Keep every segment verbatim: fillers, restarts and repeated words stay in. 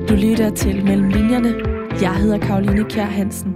Du lytter til Mellem Linjerne. Jeg hedder Caroline Kjær Hansen.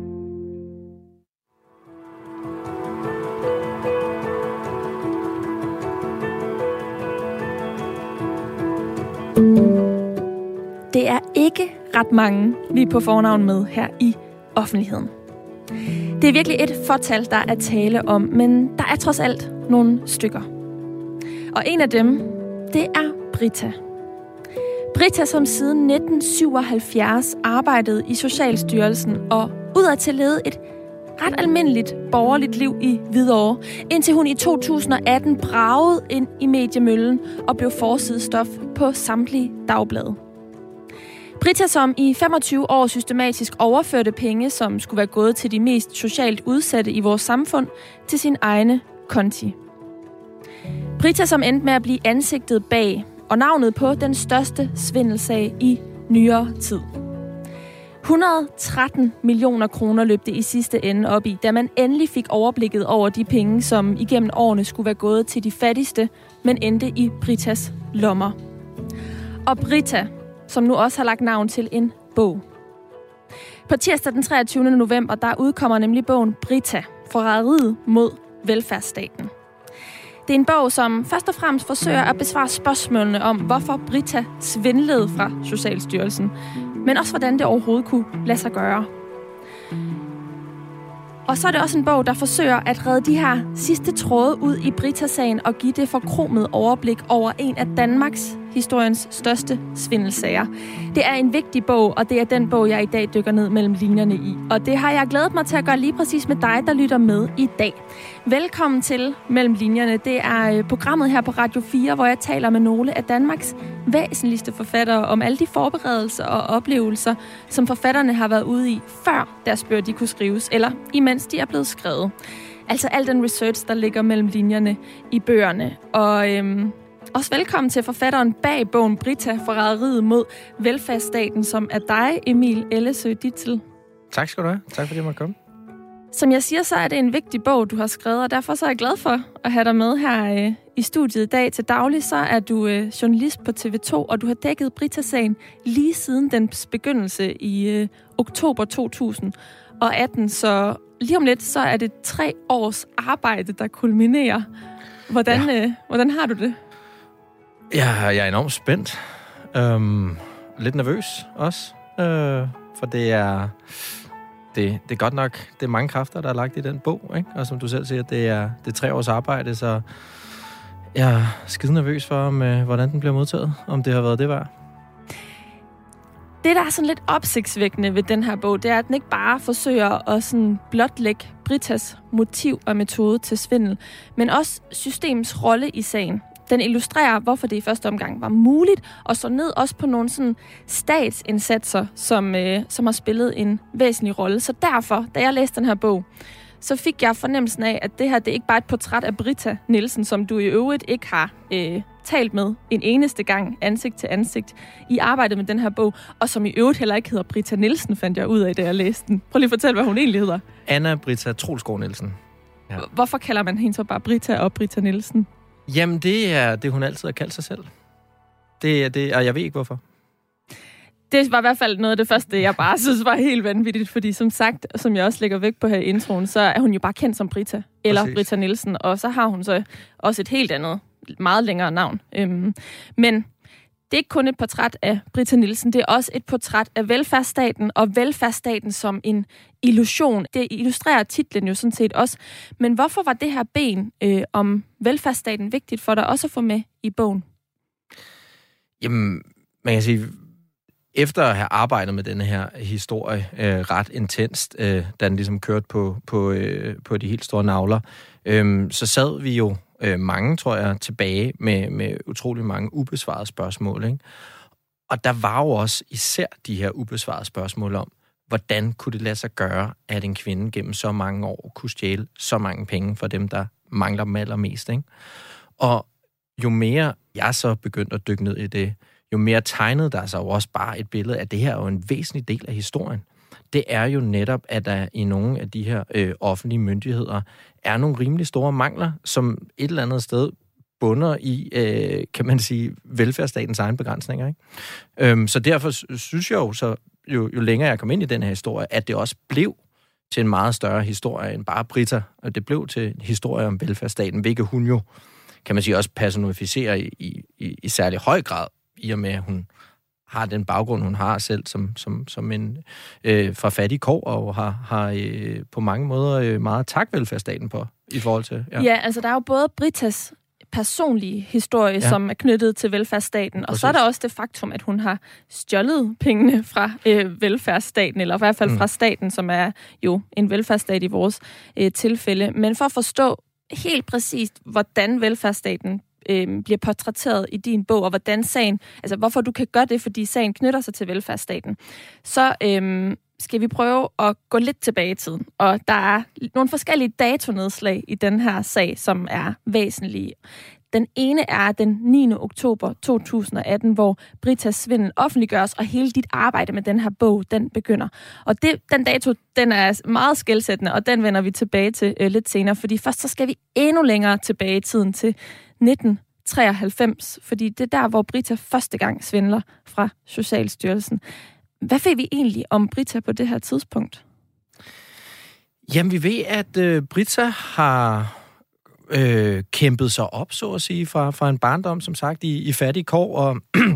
Det er ikke ret mange, vi er på fornavn med her i offentligheden. Det er virkelig et fortal, der er tale om, men der er trods alt nogle stykker. Og en af dem, det er Britta. Britta, som siden nitten syvoghalvfjerds arbejdede i Socialstyrelsen og udadtil levede et ret almindeligt borgerligt liv i Hvidovre, indtil hun i to tusind og atten bragede ind i mediemøllen og blev forsidestof på samtlige dagblade. Britta, som i femogtyve år systematisk overførte penge, som skulle være gået til de mest socialt udsatte i vores samfund, til sin egne konti. Britta, som endte med at blive ansigtet bag og navnet på den største svindelsag i nyere tid. et hundrede og tretten millioner kroner løb det i sidste ende op i, da man endelig fik overblikket over de penge, som igennem årene skulle være gået til de fattigste, men endte i Brittas lommer. Og Britta, som nu også har lagt navn til en bog. På tirsdag den treogtyvende november, der udkommer nemlig bogen Britta, forræderiet mod velfærdsstaten. Det er en bog, som først og fremmest forsøger at besvare spørgsmålene om, hvorfor Britta svindlede fra Socialstyrelsen, men også hvordan det overhovedet kunne lade sig gøre. Og så er det også en bog, der forsøger at redde de her sidste tråde ud i Britta-sagen og give det forkromede overblik over en af Danmarks historiens største svindelsager. Det er en vigtig bog, og det er den bog, jeg i dag dykker ned mellem linjerne i. Og det har jeg glædet mig til at gøre lige præcis med dig, der lytter med i dag. Velkommen til Mellem Linjerne. Det er programmet her på Radio fire, hvor jeg taler med nogle af Danmarks væsentligste forfattere om alle de forberedelser og oplevelser, som forfatterne har været ude i, før deres bøger de kunne skrives, eller imens de er blevet skrevet. Altså al den research, der ligger mellem linjerne i bøgerne. Og øhm, også velkommen til forfatteren bag bogen Britta, forræderiet mod velfærdsstaten, som er dig, Emil Ellesøe Ditzel. Tak skal du have. Tak fordi jeg måtte komme. Som jeg siger, så er det en vigtig bog, du har skrevet, og derfor så er jeg glad for at have dig med her øh, i studiet i dag. Til daglig så er du øh, journalist på T V to, og du har dækket Britta-sagen lige siden dens begyndelse i øh, oktober to tusind og atten. Så lige om lidt, så er det tre års arbejde, der kulminerer. Hvordan, ja. øh, hvordan har du det? Ja, jeg er enormt spændt. Øhm, lidt nervøs også, øh, for det er... Det, det er godt nok, det er mange kræfter, der er lagt i den bog, ikke? Og som du selv siger, det er, det er tre års arbejde, så jeg er skide nervøs for, om, øh, hvordan den bliver modtaget, om det har været det værd. Det, der er sådan lidt opsigtsvækkende ved den her bog, det er, at den ikke bare forsøger at sådan blotlægge Brittas motiv og metode til svindel, men også systemets rolle i sagen. Den illustrerer, hvorfor det i første omgang var muligt at slå ned også på nogle sådan statsindsatser, som, øh, som har spillet en væsentlig rolle. Så derfor, da jeg læste den her bog, så fik jeg fornemmelsen af, at det her det er ikke bare et portræt af Britta Nielsen, som du i øvrigt ikke har øh, talt med en eneste gang ansigt til ansigt i arbejdet med den her bog, og som i øvrigt heller ikke hedder Britta Nielsen, fandt jeg ud af, da jeg læste den. Prøv lige at fortælle, hvad hun egentlig hedder. Anna Britta Troelsgaard Nielsen. Ja. Hvorfor kalder man hende så bare Britta og Britta Nielsen? Jamen, det er det, hun altid har kaldt sig selv. Det er det, og jeg ved ikke, hvorfor. Det var i hvert fald noget af det første, jeg bare synes var helt vanvittigt, fordi som sagt, som jeg også lægger væk på her i introen, så er hun jo bare kendt som Britta, eller Præcis. Britta Nielsen, og så har hun så også et helt andet, meget længere navn. Øhm, men det er ikke kun et portræt af Britta Nielsen, det er også et portræt af velfærdsstaten, og velfærdsstaten som en illusion. Det illustrerer titlen jo sådan set også. Men hvorfor var det her ben øh, om velfærdsstaten vigtigt for dig også at få med i bogen? Jamen, man kan sige, efter at have arbejdet med denne her historie øh, ret intenst, øh, da den ligesom kørte på, på, øh, på de helt store navler, øh, så sad vi jo øh, mange, tror jeg, tilbage med, med utrolig mange ubesvarede spørgsmål, ikke? Og der var jo også især de her ubesvarede spørgsmål om, hvordan kunne det lade sig gøre, at en kvinde gennem så mange år kunne stjæle så mange penge for dem, der mangler dem allermest, ikke? Og jo mere jeg så begyndte at dykke ned i det, jo mere tegnede der sig jo også bare et billede af, at det her er jo en væsentlig del af historien. Det er jo netop, at der i nogle af de her øh, offentlige myndigheder er nogle rimelig store mangler, som et eller andet sted bunder i, øh, kan man sige, velfærdsstatens egen begrænsninger. Ikke? Øhm, så derfor synes jeg jo, så, jo, jo længere jeg kom ind i den her historie, at det også blev til en meget større historie end bare Britta. Og det blev til en historie om velfærdsstaten, hvilket hun jo, kan man sige, også personificerer i, i, i, i særlig høj grad, i og med, at hun har den baggrund, hun har selv som, som, som en øh, fra fattig kår, og har, har øh, på mange måder øh, meget tak velfærdsstaten på, i forhold til... Ja, ja altså der er jo både Brittas personlige historie, ja. som er knyttet til velfærdsstaten, Præcis. og så er der også det faktum, at hun har stjålet pengene fra øh, velfærdsstaten, eller i hvert fald mm. fra staten, som er jo en velfærdsstat i vores øh, tilfælde. Men for at forstå helt præcist, hvordan velfærdsstaten øh, bliver portrætteret i din bog, og hvordan sagen, altså hvorfor du kan gøre det, fordi sagen knytter sig til velfærdsstaten, så øh, skal vi prøve at gå lidt tilbage i tiden. Og der er nogle forskellige datonedslag i den her sag, som er væsentlige. Den ene er den niende oktober to tusind og atten, hvor Brittas svindel offentliggøres, og hele dit arbejde med den her bog, den begynder. Og det, den dato, den er meget skelsættende, og den vender vi tilbage til øh, lidt senere, fordi først så skal vi endnu længere tilbage i tiden til nitten treoghalvfems, fordi det er der, hvor Britta første gang svindler fra Socialstyrelsen. Hvad fik vi egentlig om Britta på det her tidspunkt? Jamen, vi ved, at øh, Britta har øh, kæmpet sig op, så at sige, fra, fra en barndom, som sagt, i, i fattig kår, og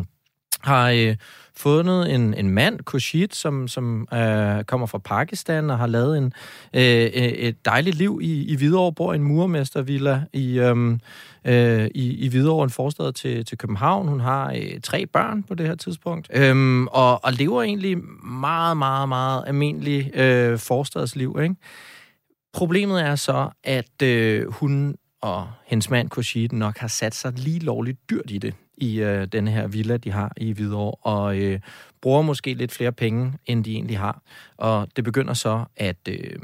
har øh, fundet en, en mand, Khurshid, som, som øh, kommer fra Pakistan og har lavet en, øh, et dejligt liv i, i Hvidovre, bor i en murermestervilla i, øh, øh, i, i Hvidovre, en forstad til, til København. Hun har øh, tre børn på det her tidspunkt, øh, og, og lever egentlig meget, meget, meget almindelig øh, forstadsliv, ikke? Problemet er så, at øh, hun og hendes mand Khurshid nok har sat sig lige lovligt dyrt i det, i øh, denne her villa, de har i Hvidovre, og øh, bruger måske lidt flere penge, end de egentlig har. Og det begynder så at, øh,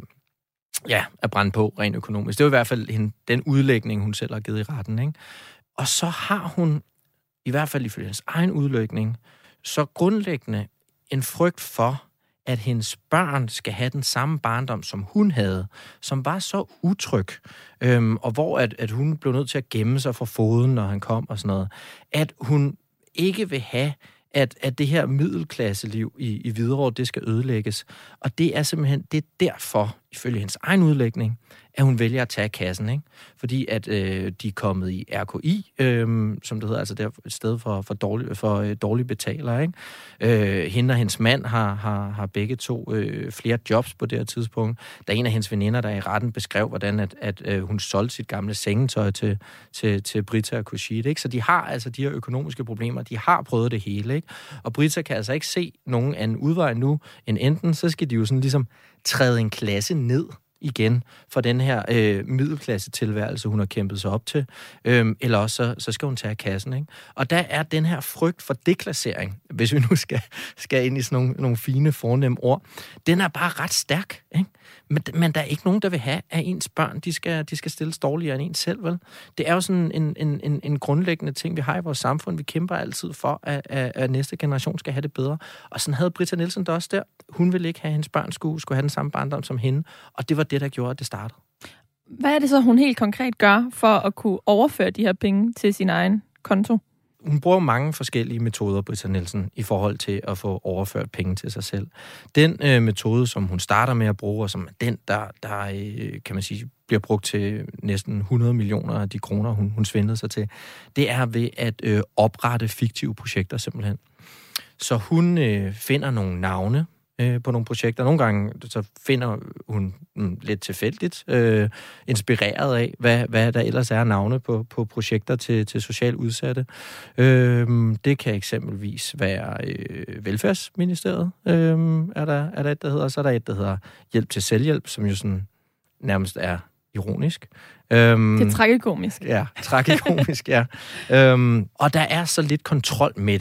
ja, at brænde på rent økonomisk. Det er i hvert fald hende, den udlægning, hun selv har givet i retten, ikke? Og så har hun, i hvert fald ifølge hendes egen udlægning, så grundlæggende en frygt for, at hendes børn skal have den samme barndom, som hun havde, som var så utryg, øhm, og hvor at, at hun blev nødt til at gemme sig for foden, når han kom og sådan noget, at hun ikke vil have, at, at det her middelklasseliv i, i Hvidovre, det skal ødelægges. Og det er simpelthen, det er derfor, ifølge hendes egen udlægning, at hun vælger at tage kassen, ikke? Fordi at øh, de er kommet i R K I, øh, som det hedder, altså der et sted for, for, dårlig, for øh, dårlige betalere, ikke? Øh, hende og hendes mand har, har, har begge to øh, flere jobs på det her tidspunkt. Der er en af hendes veninder, der i retten beskrev, hvordan at, at øh, hun solgte sit gamle sengetøj til, til, til Britta og Khurshid, ikke? Så de har altså de her økonomiske problemer, de har prøvet det hele, ikke? Og Britta kan altså ikke se nogen anden udvej nu, end enten så skal de jo sådan ligesom træde en klasse ned igen for den her øh, middelklasse tilværelse, hun har kæmpet sig op til, øhm, eller også så, så skal hun tage kassen, ikke? Og der er den her frygt for deklassering, hvis vi nu skal, skal ind i sådan nogle, nogle fine, fornemme ord, den er bare ret stærk, ikke? Men, men der er ikke nogen, der vil have, at ens børn, de skal, de skal stilles dårligere end ens selv, vel? Det er jo sådan en, en, en, en grundlæggende ting, vi har i vores samfund. Vi kæmper altid for, at, at, at næste generation skal have det bedre. Og sådan havde Britta Nielsen det også der. Hun ville ikke have, at hendes børn skulle, skulle have den samme barndom som hende. Og det var det, der gjorde, at det startede. Hvad er det så, hun helt konkret gør for at kunne overføre de her penge til sin egen konto? Hun bruger mange forskellige metoder, Britta Nielsen, i forhold til at få overført penge til sig selv. Den øh, metode, som hun starter med at bruge, og som er den, der, der øh, kan man sige, bliver brugt til næsten hundrede millioner af de kroner, hun, hun svindlede sig til, det er ved at øh, oprette fiktive projekter simpelthen. Så hun øh, finder nogle navne på nogle projekter. Nogle gange så finder hun mm, lidt tilfældigt, øh, inspireret af, hvad, hvad der ellers er navne på, på projekter til, til socialt udsatte. Øh, det kan eksempelvis være øh, Velfærdsministeriet, øh, er, der, er der et, der hedder. Så er der et, der hedder Hjælp til Selvhjælp, som jo sådan nærmest er ironisk. Øhm, det er tragikomisk. Ja, tragikomisk, ja. Øhm, og der er så lidt kontrol med det,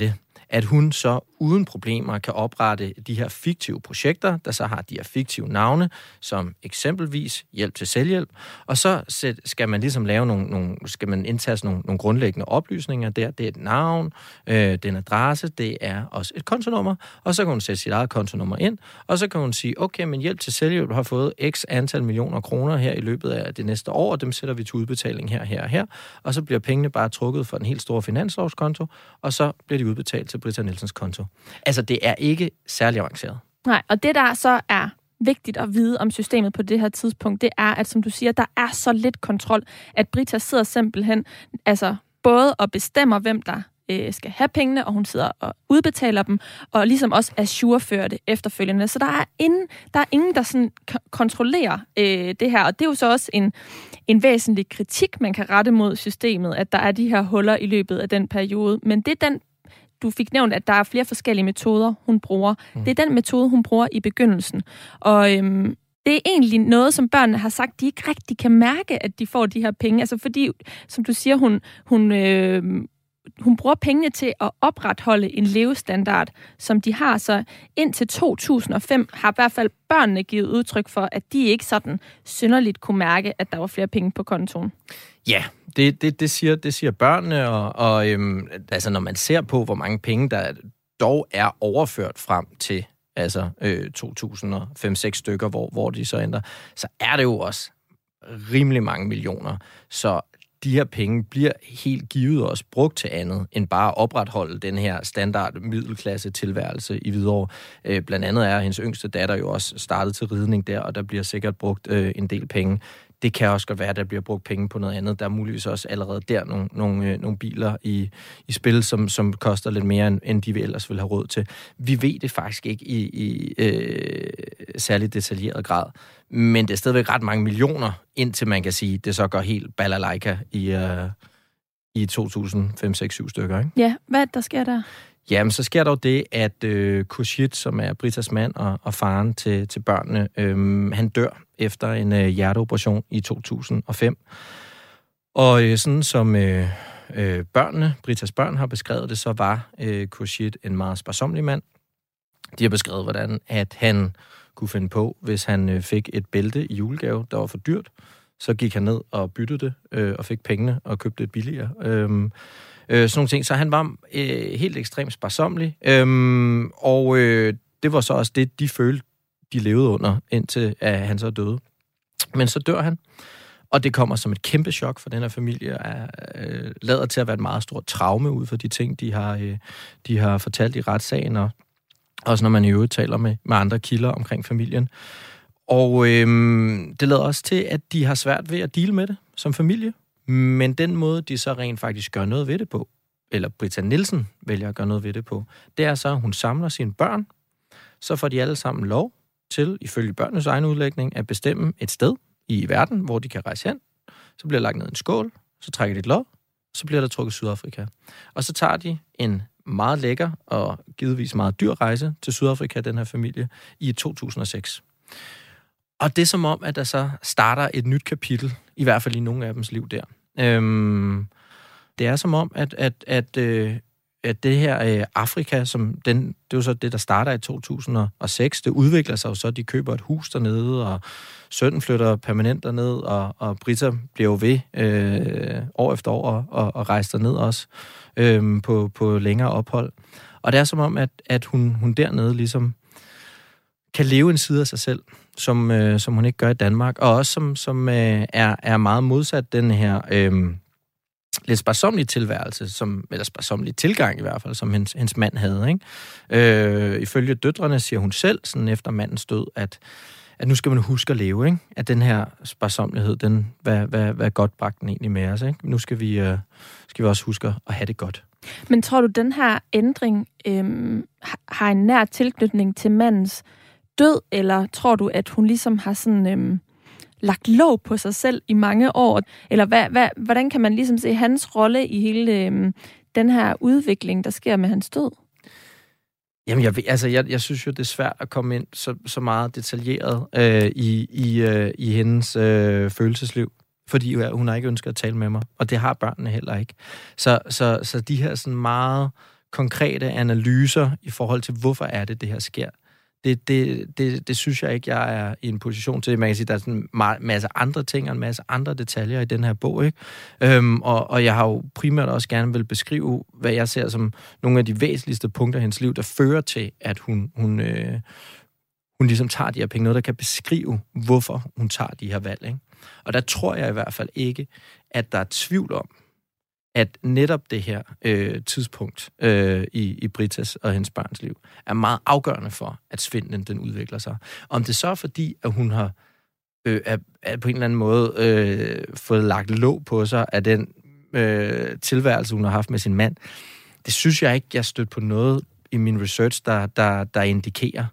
at hun så uden problemer kan oprette de her fiktive projekter, der så har de her fiktive navne, som eksempelvis hjælp til selvhjælp, og så skal man ligesom lave nogle, nogle skal man indtaste nogle, nogle grundlæggende oplysninger der. Det er et navn, øh, det er en adresse, det er også et kontonummer, og så kan hun sætte sit eget kontonummer ind, og så kan hun sige, okay, men hjælp til selvhjælp har fået x antal millioner kroner her i løbet af det næste år, og dem sætter vi til udbetaling her, her og her, og så bliver pengene bare trukket fra den helt store finanslovskonto, og så bliver de udbetalt til Britta Nielsens konto. Altså, det er ikke særlig avanceret. Nej, og det der så er vigtigt at vide om systemet på det her tidspunkt, det er, at som du siger, der er så lidt kontrol, at Britta sidder simpelthen altså både og bestemmer, hvem der øh, skal have pengene, og hun sidder og udbetaler dem, og ligesom også ajourfører det efterfølgende. Så der er ingen, der, er ingen, der sådan k- kontrollerer øh, det her, og det er jo så også en, en væsentlig kritik, man kan rette mod systemet, at der er de her huller i løbet af den periode. Men det er den, du fik nævnt, at der er flere forskellige metoder, hun bruger. Mm. Det er den metode, hun bruger i begyndelsen. Og øhm, det er egentlig noget, som børnene har sagt, de ikke rigtig kan mærke, at de får de her penge. Altså fordi, som du siger, hun, hun, øh, hun bruger pengene til at opretholde en levestandard, som de har. Så indtil to tusind og fem har i hvert fald børnene givet udtryk for, at de ikke sådan synderligt kunne mærke, at der var flere penge på kontoen. Ja, det, det, det, siger, det siger børnene, og, og øhm, altså, når man ser på, hvor mange penge, der dog er overført frem til altså, øh, to tusind og fem seks stykker, hvor, hvor de så ændrer, så er det jo også rimelig mange millioner. Så de her penge bliver helt givet også brugt til andet, end bare at opretholde den her standard middelklasse tilværelse i Hvidovre. Øh, blandt andet er hendes yngste datter jo også startet til ridning der, og der bliver sikkert brugt øh, en del penge. Det kan også godt være, at der bliver brugt penge på noget andet. Der er muligvis også allerede der nogle, nogle, øh, nogle biler i, i spil, som, som koster lidt mere, end, end de vi ellers ville have råd til. Vi ved det faktisk ikke i, i øh, særlig detaljeret grad. Men det er stadigvæk ret mange millioner, indtil man kan sige, det så går helt balalaika i, øh, i to tusind og fem seks syv stykker. Ikke? Ja, hvad der sker der? Jamen, så sker der jo det, at øh, Khurshid, som er Brittas mand og, og faren til, til børnene, øh, han dør efter en øh, hjerteoperation i to tusind og fem. Og øh, sådan som øh, øh, børnene, Brittas børn, har beskrevet det, så var øh, Khurshid en meget sparsomlig mand. De har beskrevet, hvordan at han kunne finde på, hvis han øh, fik et bælte i julegave, der var for dyrt, så gik han ned og byttede det øh, og fik pengene og købte et billigere. Øh, Øh, sådan nogle ting. Så han var øh, helt ekstremt sparsomlig. Øhm, og øh, det var så også det, de følte, de levede under, indtil at han så døde. Men så dør han. Og det kommer som et kæmpe chok for den her familie. Er, øh, lader til at være et meget stort traume ud for de ting, de har, øh, de har fortalt i retssagen. Og også når man i øvrigt taler med, med andre kilder omkring familien. Og øh, det lader også til, at de har svært ved at deale med det som familie. Men den måde, de så rent faktisk gør noget ved det på, eller Britta Nielsen vælger at gøre noget ved det på, det er så, at hun samler sine børn, så får de alle sammen lov til, ifølge børnenes egen udlægning, at bestemme et sted i verden, hvor de kan rejse hen. Så bliver lagt ned en skål, så trækker de et lod, så bliver der trukket Sydafrika. Og så tager de en meget lækker og givetvis meget dyr rejse til Sydafrika, den her familie, i to tusind og seks. Og det er som om, at der så starter et nyt kapitel, i hvert fald i nogle af dems liv der. Øhm, det er som om, at, at, at, øh, at det her øh, Afrika, som den, det er jo så det, der starter i to tusind og seks, det udvikler sig jo så, de køber et hus dernede, og sønnen flytter permanent derned, og, og Britta bliver jo ved øh, år efter år og, og rejser derned også øh, på, på længere ophold. Og det er som om, at, at hun, hun dernede ligesom kan leve en side af sig selv, som, øh, som hun ikke gør i Danmark, og også som, som øh, er, er meget modsat den her øh, lidt sparsomlige tilværelse, som, eller sparsomlige tilgang i hvert fald, som hendes, hendes mand havde. Ikke? Øh, ifølge døtrene siger hun selv, sådan efter mandens død, at, at nu skal man huske at leve, ikke? At den her sparsomlighed, den, hvad, hvad, hvad godt bragte den egentlig med os. Ikke? Nu skal vi, øh, skal vi også huske at have det godt. Men tror du, den her ændring øh, har en nær tilknytning til mandens død, eller tror du, at hun ligesom har sådan øhm, lagt låg på sig selv i mange år? Eller hvad, hvad, hvordan kan man ligesom se hans rolle i hele øhm, den her udvikling, der sker med hans død? Jamen, jeg, altså, jeg, jeg synes jo, det er svært at komme ind så, så meget detaljeret øh, i, i, øh, i hendes øh, følelsesliv, fordi hun har ikke ønsket at tale med mig, og det har børnene heller ikke. Så, så, så de her sådan meget konkrete analyser i forhold til, hvorfor er det, det her sker. Det, det, det, det synes jeg ikke, jeg er i en position til. Man kan sige, der er sådan en masse andre ting og en masse andre detaljer i den her bog, ikke? Øhm, og, og jeg har jo primært også gerne vil beskrive, hvad jeg ser som nogle af de væsentligste punkter i hendes liv, der fører til, at hun, hun, øh, hun ligesom tager de her penge. Noget, der kan beskrive, hvorfor hun tager de her valg, ikke? Og der tror jeg i hvert fald ikke, at der er tvivl om, at netop det her øh, tidspunkt øh, i, i Britas og hendes barns liv er meget afgørende for, at svindlen den udvikler sig. Om det så er fordi, at hun har øh, er, er på en eller anden måde øh, fået lagt låg på sig af den øh, tilværelse, hun har haft med sin mand, det synes jeg ikke, jeg stødt på noget i min research, der, der, der indikerer.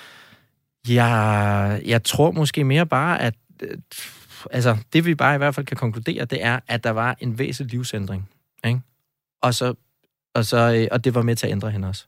Jeg, jeg tror måske mere bare, at øh, altså, det vi bare i hvert fald kan konkludere, det er, at der var en væsentlig livsændring. Ikke? Og, så, og, så, og det var med til at ændre hende også.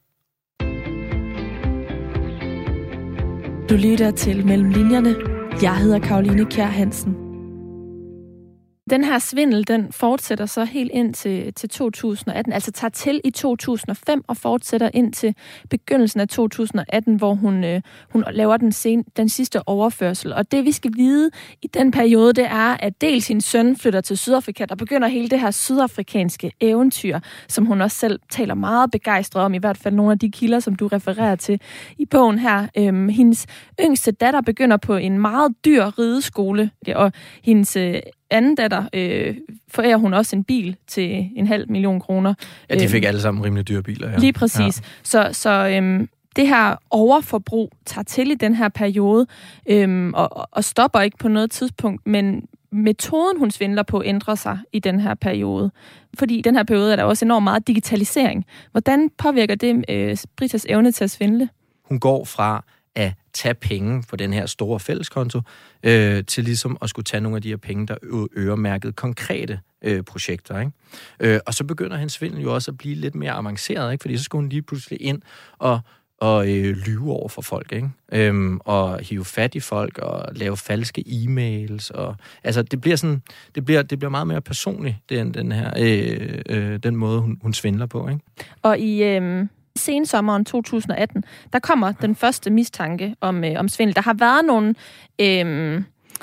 Du lytter til Mellem Linjerne. Jeg hedder Caroline Kjær Hansen. Den her svindel, den fortsætter så helt ind til, til to tusind og atten, altså tager til i to tusind og fem og fortsætter ind til begyndelsen af to tusind og atten, hvor hun, øh, hun laver den, sen, den sidste overførsel. Og det, vi skal vide i den periode, det er, at dels hendes søn flytter til Sydafrika, der begynder hele det her sydafrikanske eventyr, som hun også selv taler meget begejstret om, i hvert fald nogle af de kilder, som du refererer til i bogen her. Øhm, hendes yngste datter begynder på en meget dyr rideskole, og hendes øh, anden datter øh, forærer hun også en bil til en halv million kroner. Ja, de fik alle sammen rimelig dyre biler. Ja. Lige præcis. Ja. Så, så øhm, det her overforbrug tager til i den her periode, øhm, og, og stopper ikke på noget tidspunkt, men metoden, hun svindler på, ændrer sig i den her periode. Fordi i den her periode er der også enormt meget digitalisering. Hvordan påvirker det øh, Britas evne til at svindle? Hun går fra at tage penge på den her store fælleskonto, øh, til ligesom at skulle tage nogle af de her penge, der øremærket konkrete øh, projekter. Ikke? Øh, og så begynder hendes svindel jo også at blive lidt mere avanceret, ikke? Fordi så skal hun lige pludselig ind og, og øh, lyve over for folk, ikke? Øhm, og hive fat i folk og lave falske e-mails. Og, altså, det bliver sådan, det bliver, det bliver meget mere personligt, den, den her, øh, øh, den måde, hun, hun svindler på, ikke? Og i Øh... sensommeren to tusind og atten, der kommer den første mistanke om, øh, om svindel. Der har været nogle, øh,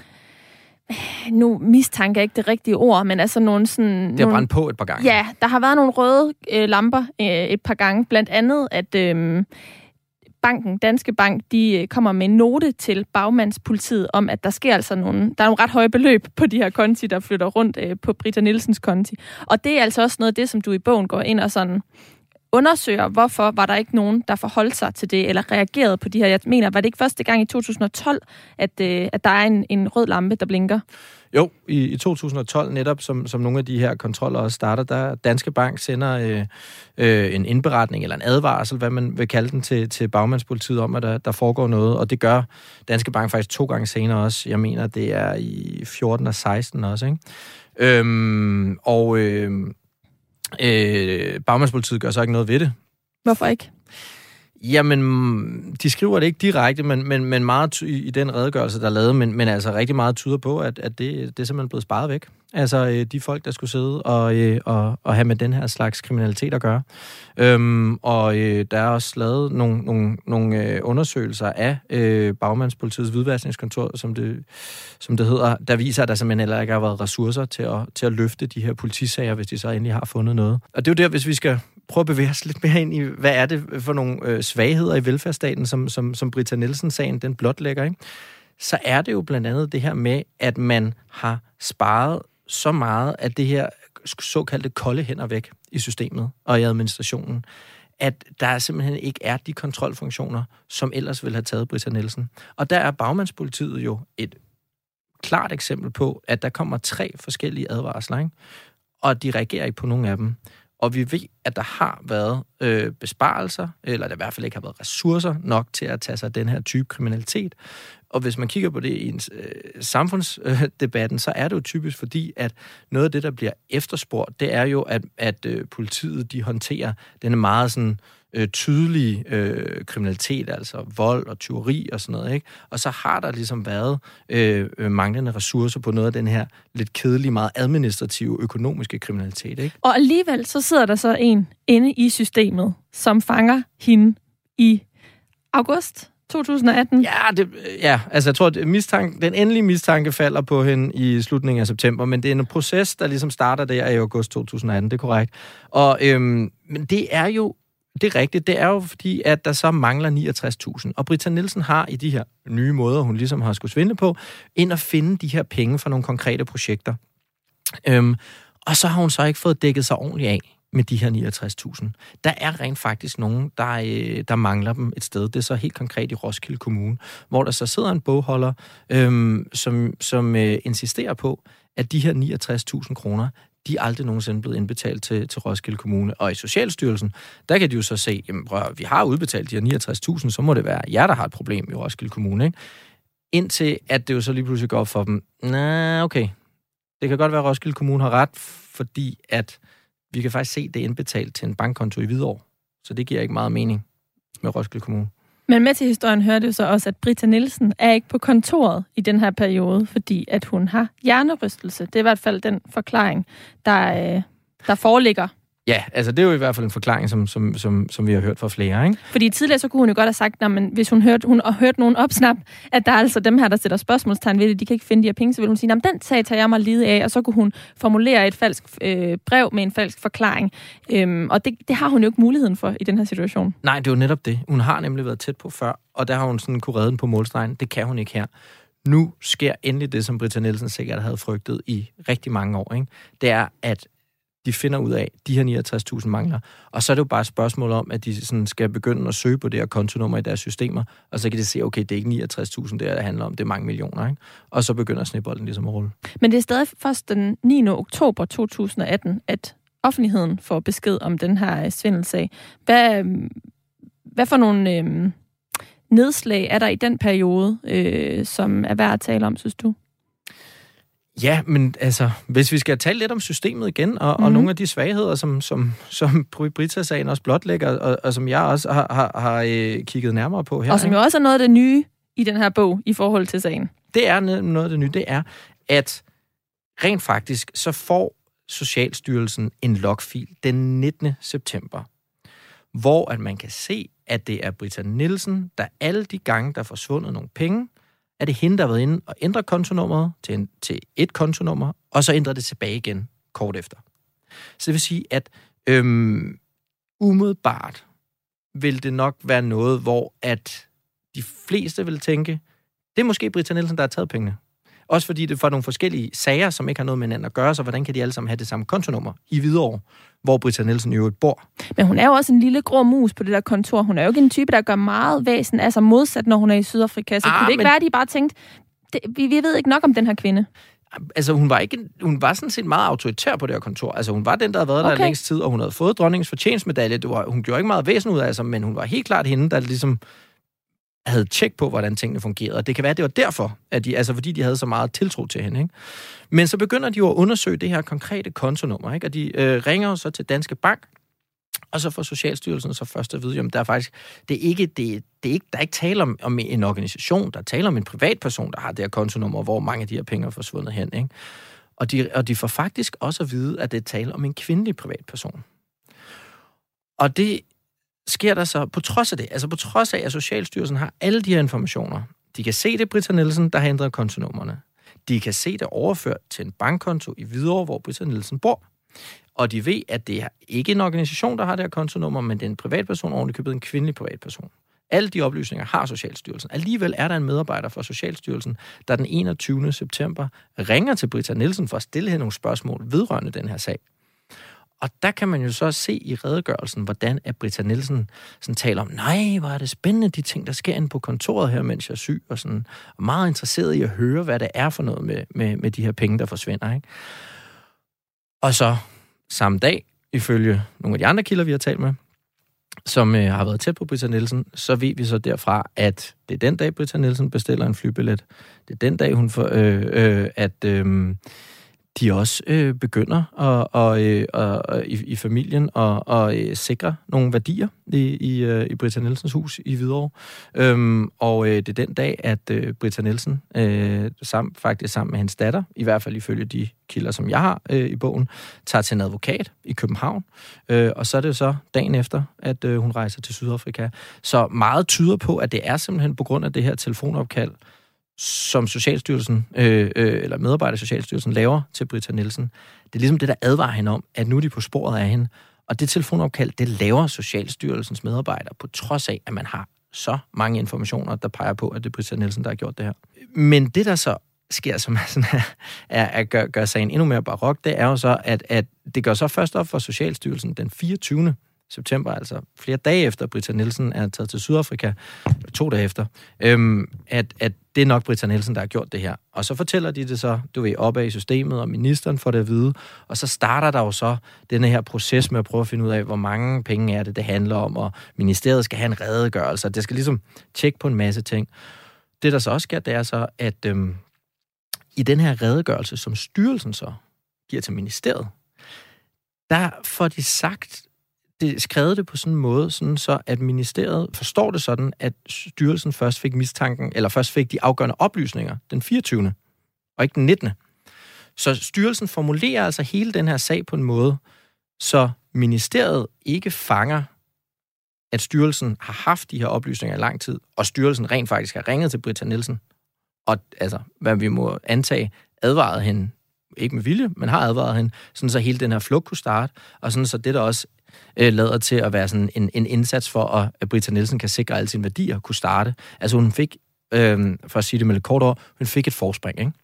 nu mistanke er ikke det rigtige ord, men altså nogle sådan... Det har brændt på et par gange. Ja, der har været nogle røde øh, lamper øh, et par gange. Blandt andet, at øh, banken, Danske Bank, de kommer med en note til bagmandspolitiet om, at der sker altså nogle, der er nogle ret høje beløb på de her konti, der flytter rundt øh, på Britta Nielsens konti. Og det er altså også noget af det, som du i bogen går ind og sådan undersøger, hvorfor var der ikke nogen, der forholdt sig til det, eller reagerede på de her. Jeg mener, var det ikke første gang i to tusind og tolv, at, øh, at der er en, en rød lampe, der blinker? Jo, i, i to tusind og tolv netop, som, som nogle af de her kontroller også starter, der Danske Bank sender øh, øh, en indberetning eller en advarsel, hvad man vil kalde den, til, til bagmandspolitiet om, at der, der foregår noget, og det gør Danske Bank faktisk to gange senere også. Jeg mener, det er i fjorten og seksten også, ikke? Øhm, og... Øh, Øh, bagmandspolitiet gør så ikke noget ved det. Hvorfor ikke? Jamen, de skriver det ikke direkte, men, men, men meget ty- i den redegørelse, der er lavet, men, men altså rigtig meget tyder på, at, at det, det er simpelthen blevet sparet væk. Altså de folk, der skulle sidde og, øh, og, og have med den her slags kriminalitet at gøre. Øhm, og øh, der er også lavet nogle, nogle, nogle øh, undersøgelser af øh, bagmandspolitiets hvidvaskningskontor, som det, som det hedder, der viser, at der simpelthen heller ikke har været ressourcer til at, til at løfte de her politisager, hvis de så endelig har fundet noget. Og det er jo der, hvis vi skal prøve at bevæge os lidt mere ind i, hvad er det for nogle øh, svagheder i velfærdsstaten, som, som, som Britta Nielsen-sagen, den blotlægger, ikke? Så er det jo blandt andet det her med, at man har sparet så meget af det her såkaldte kolde hænder væk i systemet og i administrationen, at der simpelthen ikke er de kontrolfunktioner, som ellers ville have taget Britta Nielsen. Og der er bagmandspolitiet jo et klart eksempel på, at der kommer tre forskellige advarsler, ikke? Og de reagerer ikke på nogen af dem. Og vi ved, at der har været øh, besparelser, eller der i hvert fald ikke har været ressourcer nok til at tage sig af den her type kriminalitet. Og hvis man kigger på det i en øh, samfundsdebatten, øh, så er det jo typisk fordi, at noget af det, der bliver efterspurgt, det er jo, at, at øh, politiet de håndterer denne meget sådan øh, tydelige øh, kriminalitet, altså vold og tyveri og sådan noget, ikke? Og så har der ligesom været øh, manglende ressourcer på noget af den her lidt kedelige, meget administrative, økonomiske kriminalitet, ikke? Og alligevel så sidder der så en inde i systemet, som fanger hende i august to tusind atten. Ja, det, ja, altså jeg tror, at mistanke, den endelige mistanke falder på hende i slutningen af september, men det er en proces, der ligesom starter der i august to tusind atten, det er korrekt. Og øhm, men det er jo, det er rigtigt, det er jo fordi, at der så mangler niogtres tusind, og Britta Nielsen har i de her nye måder, hun ligesom har skulle svindle på, ind at finde de her penge for nogle konkrete projekter. Øhm, og så har hun så ikke fået dækket sig ordentligt af med de her niogtres tusind. Der er rent faktisk nogen, der, øh, der mangler dem et sted. Det er så helt konkret i Roskilde Kommune, hvor der så sidder en bogholder, øhm, som, som øh, insisterer på, at de her niogtres tusind kroner, de er aldrig nogensinde blevet indbetalt til, til Roskilde Kommune. Og i Socialstyrelsen, der kan de jo så se, jamen prøv, vi har udbetalt de her niogtres tusind, så må det være jer, der har et problem i Roskilde Kommune, ikke? Indtil at det jo så lige pludselig går op for dem, nej, okay, det kan godt være, at Roskilde Kommune har ret, fordi at vi kan faktisk se, det er indbetalt til en bankkonto i Hvidovre. Så det giver ikke meget mening med Roskilde Kommune. Men med til historien hører det jo så også, at Britta Nielsen er ikke på kontoret i den her periode, fordi at hun har hjernerystelse. Det er i hvert fald den forklaring, der, øh, der foreligger. Ja, altså det er jo i hvert fald en forklaring, som, som, som, som vi har hørt fra flere, ikke? Fordi tidligere så kunne hun jo godt have sagt, at hvis hun hørte, hun har hørt nogen opsnap, at der er altså dem her, der sætter spørgsmålstegn ved det, de kan ikke finde de her penge, så vil hun sige, at den sag tager jeg mig lige af, og så kunne hun formulere et falsk øh, brev med en falsk forklaring. Øhm, og det, det har hun jo ikke muligheden for i den her situation. Nej, det er jo netop det. Hun har nemlig været tæt på før, og der har hun sådan kunne redde den på målstregen. Det kan hun ikke her. Nu sker endelig det, som Britta Nielsen sikkert havde frygtet i rigtig mange år, ikke? Det er, at de finder ud af, at de her niogtres tusind mangler. Og så er det jo bare et spørgsmål om, at de sådan skal begynde at søge på det her kontonummer i deres systemer, og så kan de se, okay, det er ikke niogtres tusind, det, det handler om, det er mange millioner, ikke? Og så begynder snebolden ligesom at rulle. Men det er stadig først den niende oktober to tusind atten, at offentligheden får besked om den her svindelsag. Hvad, hvad for nogle øh, nedslag er der i den periode, øh, som er værd at tale om, synes du? Ja, men altså, hvis vi skal tale lidt om systemet igen, og, mm-hmm. og nogle af de svagheder, som, som, som Britta-sagen også blotlægger, og, og som jeg også har, har, har øh, kigget nærmere på her. Og som jo også er noget af det nye i den her bog i forhold til sagen. Det er noget af det nye, det er, at rent faktisk, så får Socialstyrelsen en logfil den nittende september, hvor at man kan se, at det er Britta Nielsen, der alle de gange, der er forsvundet nogle penge, er det hende, der har været inde og ændre kontonummeret til, en, til et kontonummer, og så ændrer det tilbage igen kort efter. Så det vil sige, at øhm, umiddelbart vil det nok være noget, hvor at de fleste vil tænke, det er måske Britta Nielsen, der har taget pengene. Også fordi det får nogle forskellige sager, som ikke har noget med hinanden at gøre, så hvordan kan de alle sammen have det samme kontonummer i Hvidovre, hvor Britta Nielsen i øvrigt bor. Men hun er jo også en lille grå mus på det der kontor. Hun er jo ikke en type, der gør meget væsen, altså modsat, når hun er i Sydafrika. Så ah, kunne det ikke men... være, at de bare tænkte, det, vi, vi ved ikke nok om den her kvinde? Altså, hun var, ikke, hun var sådan set meget autoritær på det her kontor. Altså, hun var den, der havde været okay. der længst tid, og hun havde fået dronningens fortjenstmedalje. Det var, hun gjorde ikke meget væsen ud af sig, men hun var helt klart hende, der ligesom havde tjek på, hvordan tingene fungerede. Og det kan være, det var derfor, at de, altså fordi de havde så meget tiltro til hende. Ikke? Men så begynder de jo at undersøge det her konkrete kontonummer, ikke? Og de øh, ringer jo så til Danske Bank, og så får Socialstyrelsen så først at vide, at der er faktisk, det er ikke, det, det er ikke, der er ikke tale om, om en organisation, der taler om en privatperson, der har det her kontonummer, hvor mange af de her penge er forsvundet hen. Ikke? Og, de, og de får faktisk også at vide, at det er tale om en kvindelig privatperson. Og det sker der så på trods af det, altså på trods af, at Socialstyrelsen har alle de her informationer. De kan se det, Britta Nielsen, der har ændret kontonummerne. De kan se det overført til en bankkonto i Hvidovre, hvor Britta Nielsen bor. Og de ved, at det er ikke en organisation, der har det her kontonummer, men det er en privatperson, ordentligt købet en kvindelig privatperson. Alle de oplysninger har Socialstyrelsen. Alligevel er der en medarbejder fra Socialstyrelsen, der den enogtyvende september ringer til Britta Nielsen for at stille hende nogle spørgsmål vedrørende den her sag. Og der kan man jo så se i redegørelsen, hvordan at Britta Nielsen sådan taler om, nej, hvor er det spændende, de ting, der sker inde på kontoret her, mens jeg er syg, og sådan og meget interesseret i at høre, hvad det er for noget med, med, med de her penge, der forsvinder. Ikke? Og så samme dag, ifølge nogle af de andre kilder, vi har talt med, som øh, har været tæt på Britta Nielsen, så ved vi så derfra, at det er den dag, Britta Nielsen bestiller en flybillet. Det er den dag, hun får, øh, øh, at... Øh, de også øh, begynder at, og, øh, og, og, i, i familien at og, øh, sikre nogle værdier i, i, øh, i Britta Nielsens hus i Hvidovre. Øhm, og øh, det er den dag, at øh, Britta Nielsen, øh, sammen, faktisk sammen med hendes datter, i hvert fald ifølge de kilder, som jeg har øh, i bogen, tager til en advokat i København. Øh, og så er det jo så dagen efter, at øh, hun rejser til Sydafrika. Så meget tyder på, at det er simpelthen på grund af det her telefonopkald, som Socialstyrelsen, øh, øh, eller medarbejder Socialstyrelsen, laver til Britta Nielsen. Det er ligesom det, der advarer hende om, at nu er de på sporet af hende. Og det telefonopkald, det laver Socialstyrelsens medarbejdere, på trods af, at man har så mange informationer, der peger på, at det er Britta Nielsen, der har gjort det her. Men det, der så sker, som er, sådan, er at gøre, gøre sagen endnu mere barok, det er jo så, at, at det gør så først op for Socialstyrelsen den fireogtyvende september, altså flere dage efter Britta Nielsen er taget til Sydafrika, to dage efter, øhm, at, at det er nok Britta Nielsen, der har gjort det her. Og så fortæller de det så, du ved, opad i systemet, og ministeren får det at vide, og så starter der jo så denne her proces med at prøve at finde ud af, hvor mange penge er det, det handler om, og ministeriet skal have en redegørelse, og det skal ligesom tjekke på en masse ting. Det, der så også sker, det er så, at øhm, i den her redegørelse, som styrelsen så giver til ministeriet, der får de sagt, det skrevet det på sådan en måde, sådan så at ministeriet forstår det sådan, at styrelsen først fik mistanken, eller først fik de afgørende oplysninger den fireogtyvende og ikke den nittende Så styrelsen formulerer altså hele den her sag på en måde, så ministeriet ikke fanger, at styrelsen har haft de her oplysninger i lang tid, og styrelsen rent faktisk har ringet til Britta Nielsen, og altså, hvad vi må antage, advaret hende, ikke med vilje, men har advaret hende, sådan så hele den her flugt kunne starte, og sådan så det der også øh, lader til at være sådan en, en indsats for, at, at Britta Nielsen kan sikre alle sine værdier kunne starte. Altså hun fik, øh, for at sige det med lidt kort ord, hun fik et forspring, ikke?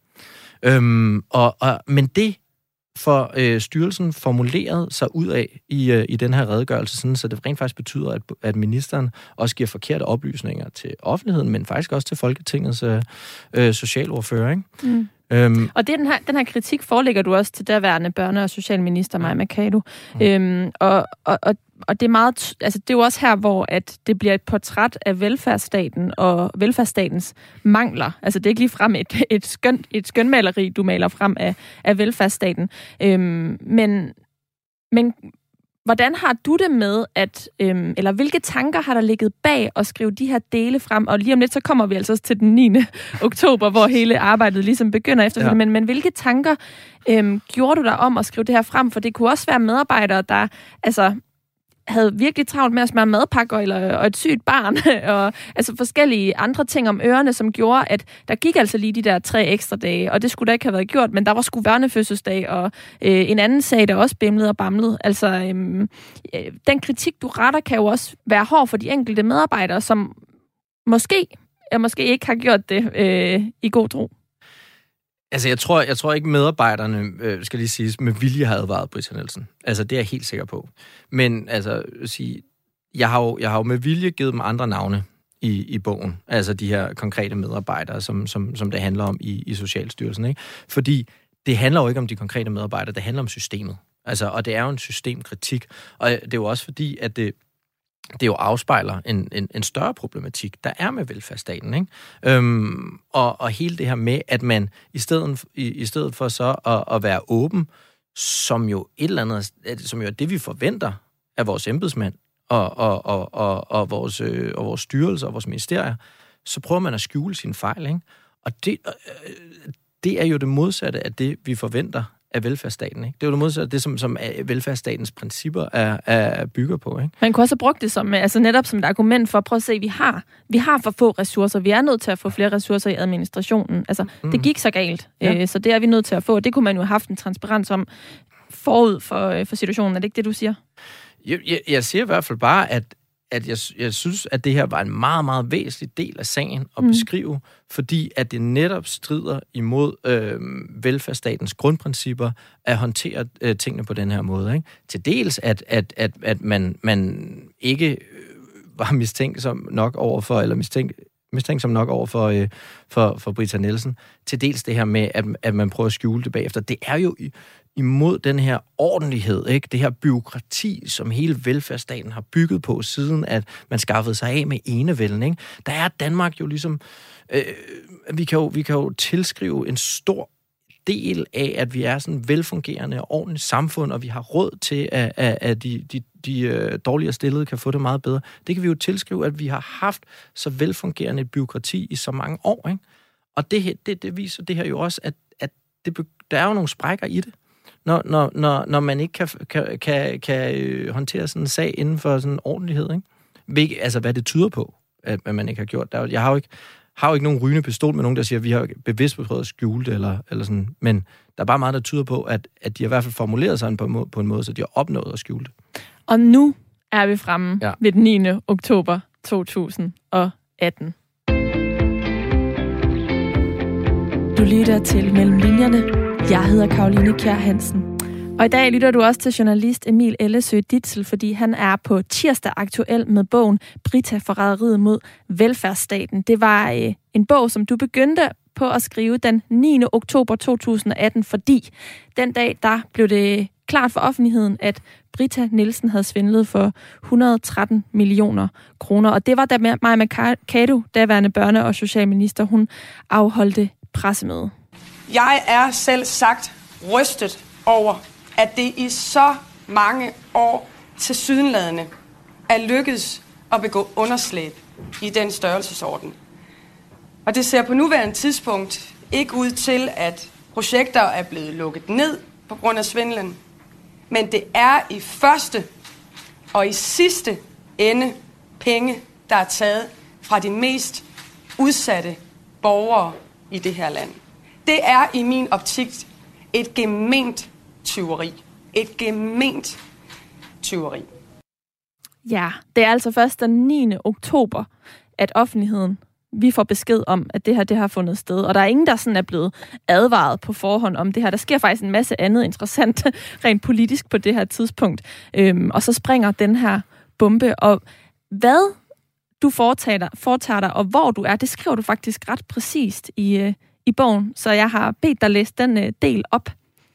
Øhm, og, og, men det for øh, styrelsen formuleret sig ud af i, øh, i den her redegørelse, sådan, så det rent faktisk betyder, at, at ministeren også giver forkerte oplysninger til offentligheden, men faktisk også til Folketingets øh, øh, socialordfører, ikke? Mm. Øhm. Og det, den, her, den her kritik forelægger du også til derværende børne- og socialminister Mai Mercado. Mm. Øhm, og, og, og, og det er meget, altså det er jo også her, hvor at det bliver et portræt af velfærdsstaten og velfærdsstatens mangler. Altså det er ikke ligefrem et, et, skøn, et skønmaleri, du maler frem af, af velfærdsstaten. Øhm, men, men hvordan har du det med, at, øhm, eller hvilke tanker har der ligget bag at skrive de her dele frem? Og lige om lidt, så kommer vi altså til den niende oktober, hvor hele arbejdet ligesom begynder efter. Ja. Men, men hvilke tanker øhm, gjorde du der om at skrive det her frem? For det kunne også være medarbejdere, der altså havde virkelig travlt med at smøre madpakker eller, og et sygt barn, og altså forskellige andre ting om ørerne, som gjorde, at der gik altså lige de der tre ekstra dage, og det skulle da ikke have været gjort, men der var sgu børnefødselsdag, og øh, en anden sag, der også bimlede og bamlede. Altså, øhm, øh, den kritik, du retter, kan jo også være hård for de enkelte medarbejdere, som måske, eller måske ikke har gjort det øh, i god tro. Altså, jeg tror, jeg tror ikke, medarbejderne, øh, skal lige siges, med vilje har advaret Britta Nielsen. Altså, det er jeg helt sikker på. Men, altså, sige, jeg har jo, jeg har jo med vilje givet dem andre navne i, i bogen. Altså, de her konkrete medarbejdere, som, som, som det handler om i, i Socialstyrelsen, ikke? Fordi det handler jo ikke om de konkrete medarbejdere, det handler om systemet. Altså, og det er jo en systemkritik. Og det er jo også fordi, at det det jo afspejler en, en, en større problematik, der er med velfærdsstaten, ikke? Øhm, og, og hele det her med, at man i stedet, i, i stedet for så at, at være åben, som jo et eller andet, som jo er det, vi forventer af vores embedsmænd og, og, og, og, og, vores, øh, og vores styrelser og vores ministerier, så prøver man at skjule sine fejl, ikke? Og det, øh, det er jo det modsatte af det, vi forventer af velfærdsstaten, ikke? Det er jo det modsatte, det som, som velfærdsstatens principper er, er bygger på, ikke? Man kunne også have brugt det som, altså netop som et argument for at prøve at se, at vi har, vi har for få ressourcer. Vi er nødt til at få flere ressourcer i administrationen. Altså, mm. det gik så galt, ja. øh, så det er vi nødt til at få. Det kunne man jo have haft en transparens om forud for, for situationen. Er det ikke det, du siger? Jeg, jeg, jeg siger i hvert fald bare, at at jeg, jeg synes, at det her var en meget, meget væsentlig del af sagen at mm. beskrive, fordi at det netop strider imod øh, velfærdsstatens grundprincipper at håndtere øh, tingene på den her måde, ikke? Til dels, at, at, at, at man, man ikke var mistænksom nok overfor, eller mistænk, mistænksom nok over for, øh, for, for Britta Nielsen. Til dels det her med, at, at man prøver at skjule det bagefter. Det er jo i, imod den her ordentlighed, ikke? Det her byråkrati, som hele velfærdsstaten har bygget på, siden at man skaffede sig af med enevælden, ikke? Der er Danmark jo ligesom... Øh, vi, kan jo, vi kan jo tilskrive en stor del af, at vi er sådan et velfungerende og ordentligt samfund, og vi har råd til, at, at, at de, de, de uh, dårligere stillede kan få det meget bedre. Det kan vi jo tilskrive, at vi har haft så velfungerende et byråkrati i så mange år, ikke? Og det, det, det viser det her jo også, at, at det, der er jo nogle sprækker i det, når, når, når, når man ikke kan, kan, kan, kan håndtere sådan en sag inden for sådan en ordentlighed, ikke? Hvil, altså, hvad det tyder på, at, at man ikke har gjort. Der, jeg har jo ikke, har jo ikke nogen rygende pistol med nogen, der siger, at vi har bevidst prøvet at skjule det, eller, eller sådan. Men der er bare meget, der tyder på, at, at de har i hvert fald formuleret sig på en, måde, på en måde, så de har opnået at skjule det. Og nu er vi fremme ja. ved den niende oktober to tusind og atten. Du lytter til Mellem Linjerne. Jeg hedder Karoline Kjær Hansen. Og i dag lytter du også til journalist Emil Ellesøe Ditzel, fordi han er på tirsdag aktuel med bogen Brita, forræderiet mod velfærdsstaten. Det var øh, en bog, som du begyndte på at skrive den niende oktober to tusind og atten, fordi den dag, der blev det klart for offentligheden, at Britta Nielsen havde svindlet for et hundrede og tretten millioner kroner. Og det var da Maja Mercado, daværende børne- og socialminister, hun afholdte pressemøde. Jeg er selv sagt rystet over, at det i så mange år tilsyneladende er lykkedes at begå underslæb i den størrelsesorden. Og det ser på nuværende tidspunkt ikke ud til, at projekter er blevet lukket ned på grund af svindlen, men det er i første og i sidste ende penge, der er taget fra de mest udsatte borgere i det her land. Det er i min optik et gement tyveri. Et gement tyveri. Ja, det er altså først den niende oktober, at offentligheden, vi får besked om, at det her det har fundet sted. Og der er ingen, der sådan er blevet advaret på forhånd om det her. Der sker faktisk en masse andet interessant, rent politisk på det her tidspunkt. Øhm, og så springer den her bombe. Og hvad du foretager dig, foretager dig, og hvor du er, det skriver du faktisk ret præcist i, øh, i bogen. Så jeg har bedt dig læse den øh, del op.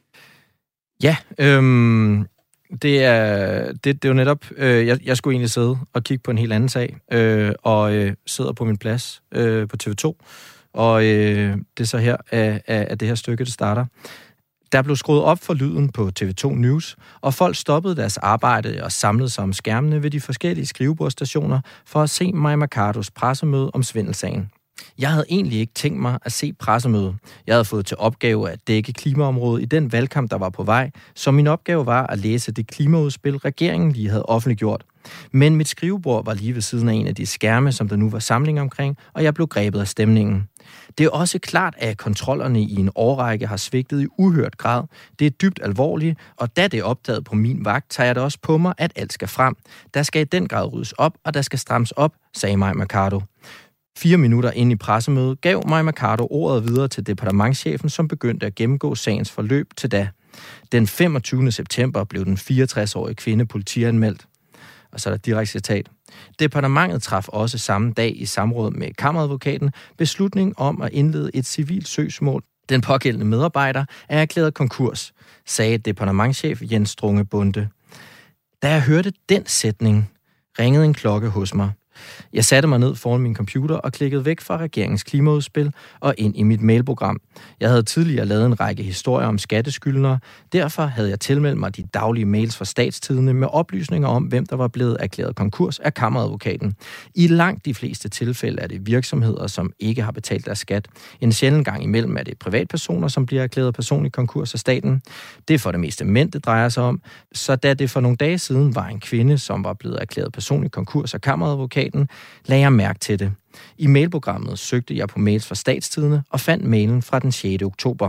Ja, øhm, det, er, det, det er jo netop, øh, jeg, jeg skulle egentlig sidde og kigge på en helt anden sag, øh, og øh, sidder på min plads øh, på T V to, og øh, det er så her, at, at det her stykke, det starter. Der blev skruet op for lyden på T V to News, og folk stoppede deres arbejde og samlede sig om skærmene ved de forskellige skrivebordsstationer for at se Maja Mercados pressemøde om svindelsagen. Jeg havde egentlig ikke tænkt mig at se pressemødet. Jeg havde fået til opgave at dække klimaområdet i den valgkamp, der var på vej, så min opgave var at læse det klimaudspil, regeringen lige havde offentliggjort. Men mit skrivebord var lige ved siden af en af de skærme, som der nu var samling omkring, og jeg blev grebet af stemningen. Det er også klart, at kontrollerne i en årrække har svigtet i uhørt grad. Det er dybt alvorligt, og da det er opdaget på min vagt, tager jeg det også på mig, at alt skal frem. Der skal i den grad ryddes op, og der skal strammes op, sagde Maja Mercado. Fire minutter ind i pressemødet gav Maja Mercado ordet videre til departementschefen, som begyndte at gennemgå sagens forløb til da. Den femogtyvende september blev den fireogtres-årige kvinde politianmeldt. Og så er der direkte citat. Departementet traf også samme dag i samråd med kammeradvokaten beslutning om at indlede et civilt søgsmål. Den pågældende medarbejder er erklæret konkurs, sagde departementschef Jens Strunge Bunde. Da jeg hørte den sætning, ringede en klokke hos mig. Jeg satte mig ned foran min computer og klikkede væk fra regeringens klimaudspil og ind i mit mailprogram. Jeg havde tidligere lavet en række historier om skatteskyldnere. Derfor havde jeg tilmeldt mig de daglige mails fra Statstidende med oplysninger om, hvem der var blevet erklæret konkurs af kammeradvokaten. I langt de fleste tilfælde er det virksomheder, som ikke har betalt deres skat. En sjælden gang imellem er det privatpersoner, som bliver erklæret personlig konkurs af staten. Det er for det meste mænd, det drejer sig om. Så da det for nogle dage siden var en kvinde, som var blevet erklæret personlig konkurs af kammeradvokaten, lagde jeg mærke til det. I mailprogrammet søgte jeg på mails fra Statstidende og fandt mailen fra den sjette oktober.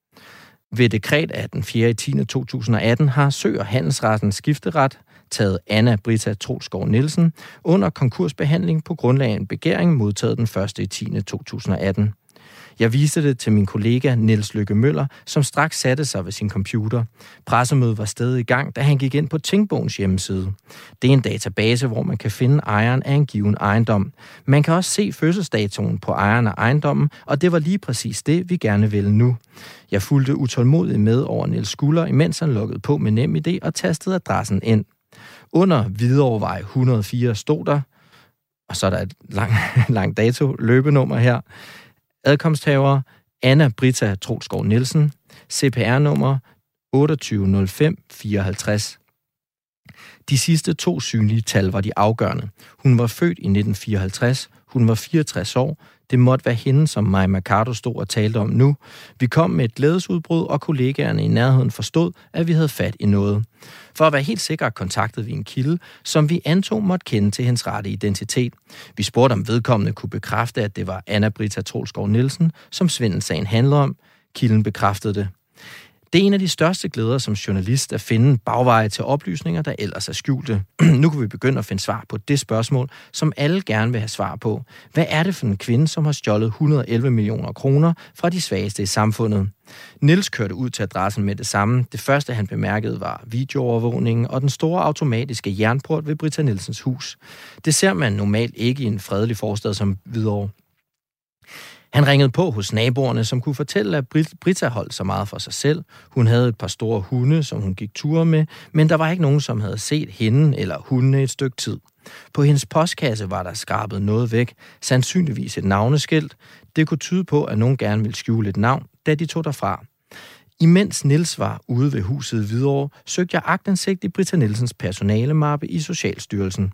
Ved dekret af den fjerde oktober to tusind og atten har Sø- og Handelsrettens skifteret taget Anna Britta Troelskov Nielsen under konkursbehandling på grundlag af en begæring modtaget den første oktober to tusind og atten. Jeg viste det til min kollega Niels Lykke Møller, som straks satte sig ved sin computer. Pressemødet var stadig i gang, da han gik ind på Tænkbogens hjemmeside. Det er en database, hvor man kan finde ejeren af en given ejendom. Man kan også se fødselsdatoen på ejeren af ejendommen, og det var lige præcis det, vi gerne ville nu. Jeg fulgte utålmodigt med over Niels skulder, imens han lukkede på med NemID og tastede adressen ind. Under Hvidovrevej et hundrede og fire stod der, og så er der et langt lang dato løbenummer her, adkomsthavere Anna Britta Troelskov Nielsen, C P R-nummer otteogtyve nul fem fireoghalvtreds. De sidste to synlige tal var de afgørende. Hun var født i nitten fireoghalvtreds. Hun var fireogtres år. Det måtte være hende, som Maja Mercado stod og talte om nu. Vi kom med et glædesudbrud, og kollegaerne i nærheden forstod, at vi havde fat i noget. For at være helt sikre kontaktede vi en kilde, som vi antog måtte kende til hendes rette identitet. Vi spurgte, om vedkommende kunne bekræfte, at det var Anna Britta Troelskov Nielsen, som svindelsagen handler om. Kilden bekræftede det. Det er en af de største glæder som journalist at finde bagveje til oplysninger, der ellers er skjulte. Nu kan vi begynde at finde svar på det spørgsmål, som alle gerne vil have svar på. Hvad er det for en kvinde, som har stjålet et hundrede og elleve millioner kroner fra de svageste i samfundet? Niels kørte ud til adressen med det samme. Det første, han bemærkede, var videoovervågningen og den store automatiske jernport ved Britta Nielsens hus. Det ser man normalt ikke i en fredelig forstad som Hvidovre. Han ringede på hos naboerne, som kunne fortælle, at Britta holdt så meget for sig selv. Hun havde et par store hunde, som hun gik ture med, men der var ikke nogen, som havde set hende eller hundene et stykke tid. På hendes postkasse var der skrabet noget væk, sandsynligvis et navneskilt. Det kunne tyde på, at nogen gerne ville skjule et navn, da de tog derfra. Imens Niels var ude ved huset i Hvidovre, søgte jeg aktindsigt i Britta Nielsens personalemappe i Socialstyrelsen.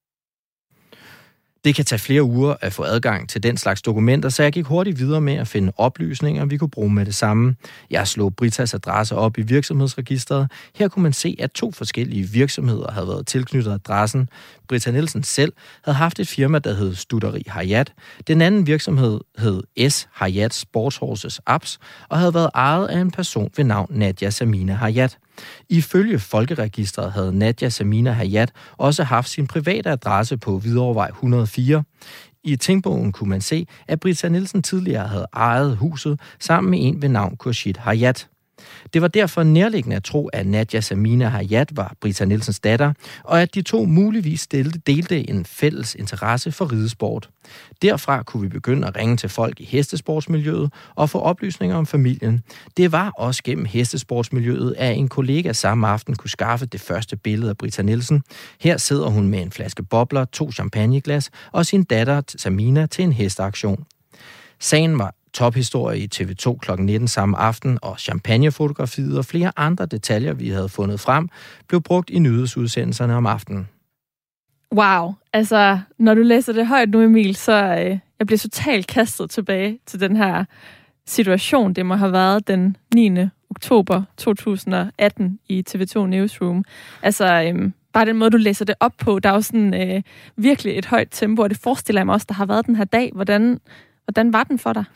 Det kan tage flere uger at få adgang til den slags dokumenter, så jeg gik hurtigt videre med at finde oplysninger, vi kunne bruge med det samme. Jeg slog Brittas adresse op i virksomhedsregistret. Her kunne man se, at to forskellige virksomheder havde været tilknyttet adressen. Britta Nielsen selv havde haft et firma, der hed Studeri Hayat. Den anden virksomhed hed S. Hayat Sportshorses Apps og havde været ejet af en person ved navn Nadia Samina Hayat. Ifølge Folkeregistret havde Nadia Samina Hayat også haft sin private adresse på Hvidovrevej et hundrede og fire. I tingbogen kunne man se, at Britta Nielsen tidligere havde ejet huset sammen med en ved navn Khurshid Hayat. Det var derfor nærliggende at tro, at Nadia Samina Hayat var Britta Nielsens datter, og at de to muligvis delte, delte en fælles interesse for ridesport. Derfra kunne vi begynde at ringe til folk i hestesportsmiljøet og få oplysninger om familien. Det var også gennem hestesportsmiljøet, at en kollega samme aften kunne skaffe det første billede af Britta Nielsen. Her sidder hun med en flaske bobler, to champagneglas og sin datter Samina til en hesteaktion. Sagen var tophistorie i T V to klokken nitten samme aften, og champagnefotografiet og flere andre detaljer, vi havde fundet frem, blev brugt i nyhedsudsendelserne om aftenen. Wow. Altså, når du læser det højt nu, Emil, så øh, jeg bliver totalt kastet tilbage til den her situation. Det må have været den niende oktober to tusind og atten i T V to Newsroom. Altså, øh, bare den måde, du læser det op på, der er jo sådan øh, virkelig et højt tempo, og det forestiller jeg mig også, der har været den her dag. Hvordan, hvordan var den for dig?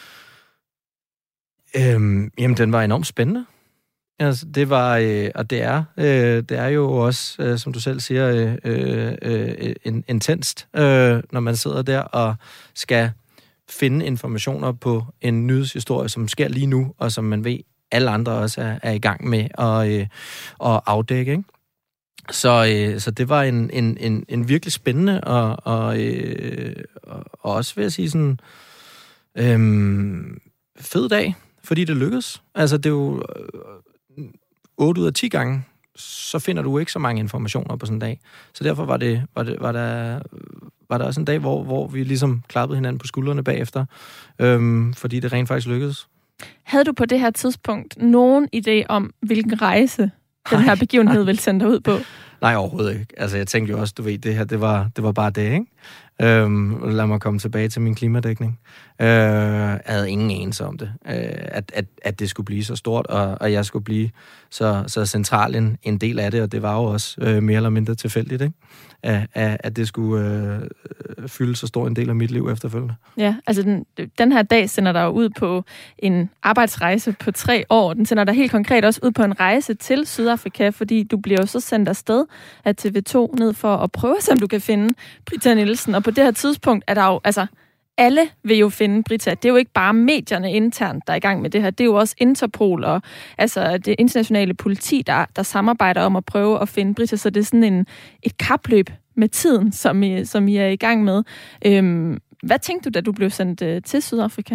Øhm, jamen, den var enormt spændende. Altså, det var, øh, og det er, øh, det er jo også, øh, som du selv siger, øh, øh, en, intenst, øh, når man sidder der og skal finde informationer på en nyhedshistorie, som sker lige nu, og som man ved, alle andre også er, er i gang med at, øh, at afdække, ikke? Så, øh, så det var en, en, en, en virkelig spændende og, og, øh, og også, vil jeg sige, sådan øh, fed dag, fordi det lykkedes. Altså, det er jo øh, otte ud af ti gange, så finder du ikke så mange informationer på sådan en dag. Så derfor var det, var det, var der, var der også en dag, hvor, hvor vi ligesom klappede hinanden på skuldrene bagefter, øh, fordi det rent faktisk lykkedes. Havde du på det her tidspunkt nogen idé om, hvilken rejse den her begivenhed ville sende dig ud på? Nej, overhovedet ikke. Altså, jeg tænkte jo også, du ved, det her, det var, det var bare det, ikke? Øhm, lad mig komme tilbage til min klimadækning. Øh, jeg havde ingen anelse om det. Øh, at, at, at det skulle blive så stort, og, og jeg skulle blive så, så central en, en del af det, og det var jo også øh, mere eller mindre tilfældigt, ikke? At, at det skulle øh, fylde så stor en del af mit liv efterfølgende. Ja, altså den, den her dag sender dig ud på en arbejdsrejse på tre år. Den sender dig helt konkret også ud på en rejse til Sydafrika, fordi du bliver jo så sendt afsted af T V to ned for at prøve, om du kan finde Britta Nielsen. Og på det her tidspunkt er der jo, altså alle vil jo finde Britta. Det er jo ikke bare medierne internt, der er i gang med det her. Det er jo også Interpol og altså det internationale politi, der, der samarbejder om at prøve at finde Britta. Så det er sådan en, et kapløb med tiden, som I, som I er i gang med. Øhm, hvad tænkte du, da du blev sendt øh, til Sydafrika?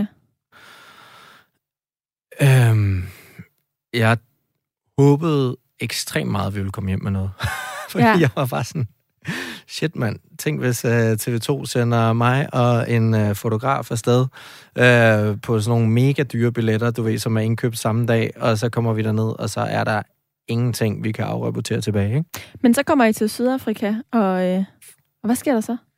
Øhm, jeg håbede ekstremt meget, at vi ville komme hjem med noget. Fordi ja. jeg var bare sådan... shit mand, tænk hvis uh, T V to sender mig og en uh, fotograf afsted uh, på sådan nogle mega dyre billetter, du ved, som er indkøbt samme dag, og så kommer vi derned, og så er der ingenting, vi kan afrapportere tilbage, ikke? Men så kommer I til Sydafrika, og, øh, og hvad sker der så?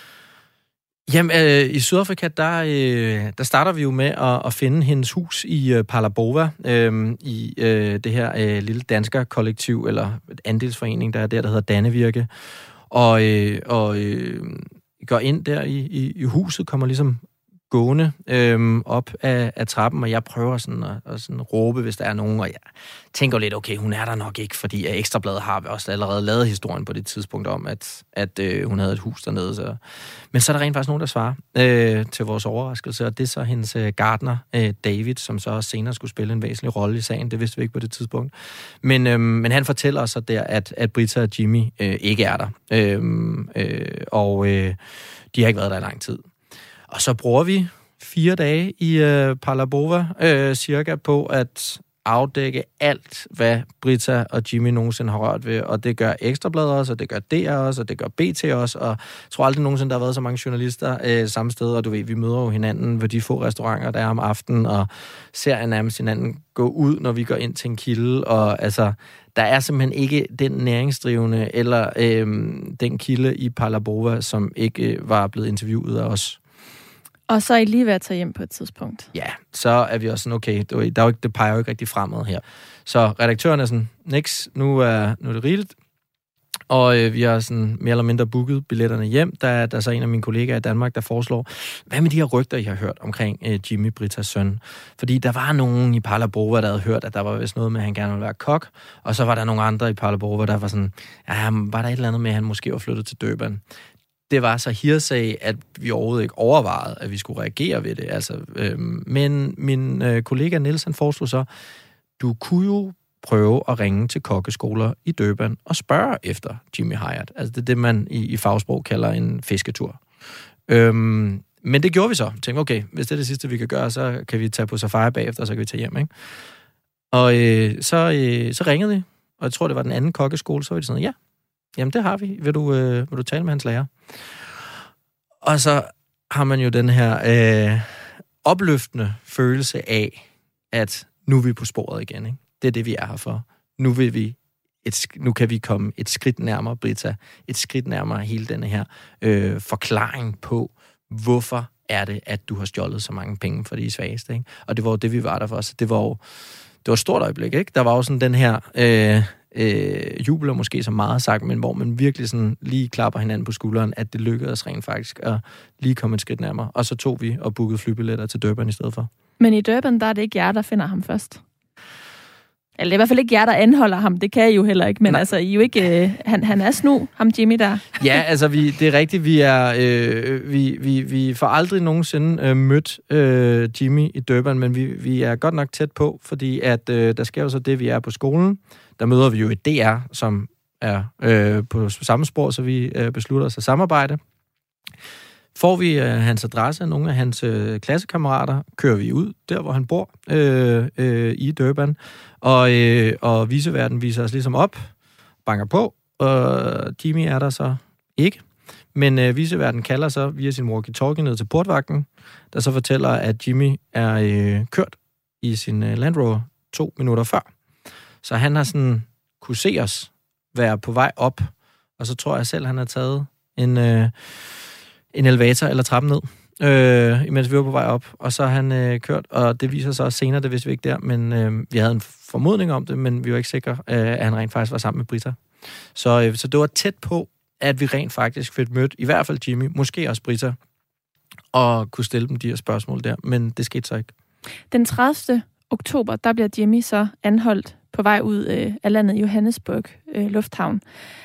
Jamen, øh, i Sydafrika, der, øh, der starter vi jo med at, at finde hendes hus i øh, Palabova, øh, i øh, det her øh, lille dansker-kollektiv, eller andelsforening, der er der, der hedder Dannevirke. Og, øh, og øh, går ind der i, i, i huset, kommer ligesom gående øhm, op af, af trappen, og jeg prøver sådan at, at sådan råbe, hvis der er nogen, og jeg tænker lidt, okay, hun er der nok ikke, fordi Ekstrabladet har også allerede lavet historien på det tidspunkt om, at, at øh, hun havde et hus dernede. Så. Men så er der rent faktisk nogen, der svarer øh, til vores overraskelse, og det er så hendes øh, gartner, øh, David, som så senere skulle spille en væsentlig rolle i sagen. Det vidste vi ikke på det tidspunkt. Men, øh, men han fortæller os så der, at, at Britta og Jimmy øh, ikke er der. Øh, øh, og øh, de har ikke været der i lang tid. Og så bruger vi fire dage i øh, Palabova øh, cirka på at afdække alt, hvad Britta og Jimmy nogensinde har rørt ved. Og det gør Ekstrabladet også, og det gør D R også, og det gør B T også. Og jeg tror aldrig nogensinde, der har været så mange journalister øh, samme sted. Og du ved, vi møder jo hinanden ved de få restauranter, der er om aftenen, og ser nærmest hinanden gå ud, når vi går ind til en kilde. Og altså, der er simpelthen ikke den næringsdrivende eller øh, den kilde i Palabova, som ikke øh, var blevet interviewet af os. Og så er I lige ved at tage hjem på et tidspunkt. Ja, så er vi også sådan, okay, der er jo ikke, det peger jo ikke rigtig fremad her. Så redaktøren er sådan, niks, nu er, nu er det rigeligt. Og øh, vi har sådan mere eller mindre booket billetterne hjem. Der er, der er så en af mine kollegaer i Danmark, der foreslår, hvad med de her rygter, I har hørt omkring øh, Jimmy, Brittas søn? Fordi der var nogen i Palabova, der havde hørt, at der var vist noget med, at han gerne ville være kok. Og så var der nogle andre i Palabova, der var sådan, ja, var der et eller andet med, at han måske var flyttet til Durban? Det var så hearsay, at vi overhovedet ikke overvejede, at vi skulle reagere ved det. Altså, øhm, men min øh, kollega Niels, han foreslog så, du kunne jo prøve at ringe til kokkeskoler i Durban og spørge efter Jimmy Hyatt. Altså det er det, man i, i fagsprog kalder en fisketur. Øhm, men det gjorde vi så. Tænkte, okay, hvis det er det sidste, vi kan gøre, så kan vi tage på safari bagefter, og så kan vi tage hjem, ikke? Og øh, så, øh, så ringede vi, og jeg tror, det var den anden kokkeskole, så var de sådan, ja, jamen, det har vi. Vil du, øh, vil du tale med hans lærer? Og så har man jo den her øh, opløftende følelse af, at nu er vi på sporet igen. Ikke? Det er det, vi er her for. Nu, vil vi et, nu kan vi komme et skridt nærmere Britta. Et skridt nærmere hele denne her øh, forklaring på, hvorfor er det, at du har stjålet så mange penge for de svageste. Ikke? Og det var jo det, vi var der for os. Det var jo det var et stort øjeblik. Ikke? Der var jo sådan den her... Øh, Øh, jubler måske så meget sagt, men hvor man virkelig sådan lige klapper hinanden på skulderen, at det lykkedes rent faktisk at lige komme et skridt nærmere. Og så tog vi og bookede flybilletter til Durban i stedet for. Men i Durban, der er det ikke jer, der finder ham først. Eller det er i hvert fald ikke jer, der anholder ham. Det kan I jo heller ikke. Men Nej. altså, I er jo ikke... Øh, han, han er snu, ham Jimmy der. Ja, altså, vi, det er rigtigt. Vi er... Øh, vi, vi, vi får aldrig nogensinde øh, mødt øh, Jimmy i Durban, men vi, vi er godt nok tæt på, fordi at øh, der sker jo så det, vi er på skolen. Der møder vi jo et D R, som er øh, på samme spor, så vi øh, beslutter os at samarbejde. Får vi øh, hans adresse af nogle af hans øh, klassekammerater, kører vi ud der, hvor han bor, øh, øh, i Durban, og, øh, og viceverden viser os ligesom op, banker på, og Jimmy er der så ikke. Men øh, viceverden kalder så via sin walkie-talkie ned til portvagten, der så fortæller, at Jimmy er øh, kørt i sin øh, Land Rover to minutter før. Så han har sådan kunne se os være på vej op, og så tror jeg selv, han har taget en, øh, en elevator eller trappen ned, øh, imens vi var på vej op. Og så har han øh, kørt, og det viser sig også senere, det vidste vi ikke der, men øh, vi havde en formodning om det, men vi var ikke sikre, øh, at han rent faktisk var sammen med Britta. Så, øh, så det var tæt på, at vi rent faktisk fik mødt, i hvert fald Jimmy, måske også Britta, og kunne stille dem de her spørgsmål der, men det skete så ikke. Den tredivte oktober, der bliver Jimmy så anholdt på vej ud øh, af landet Johannesburg øh, Lufthavn.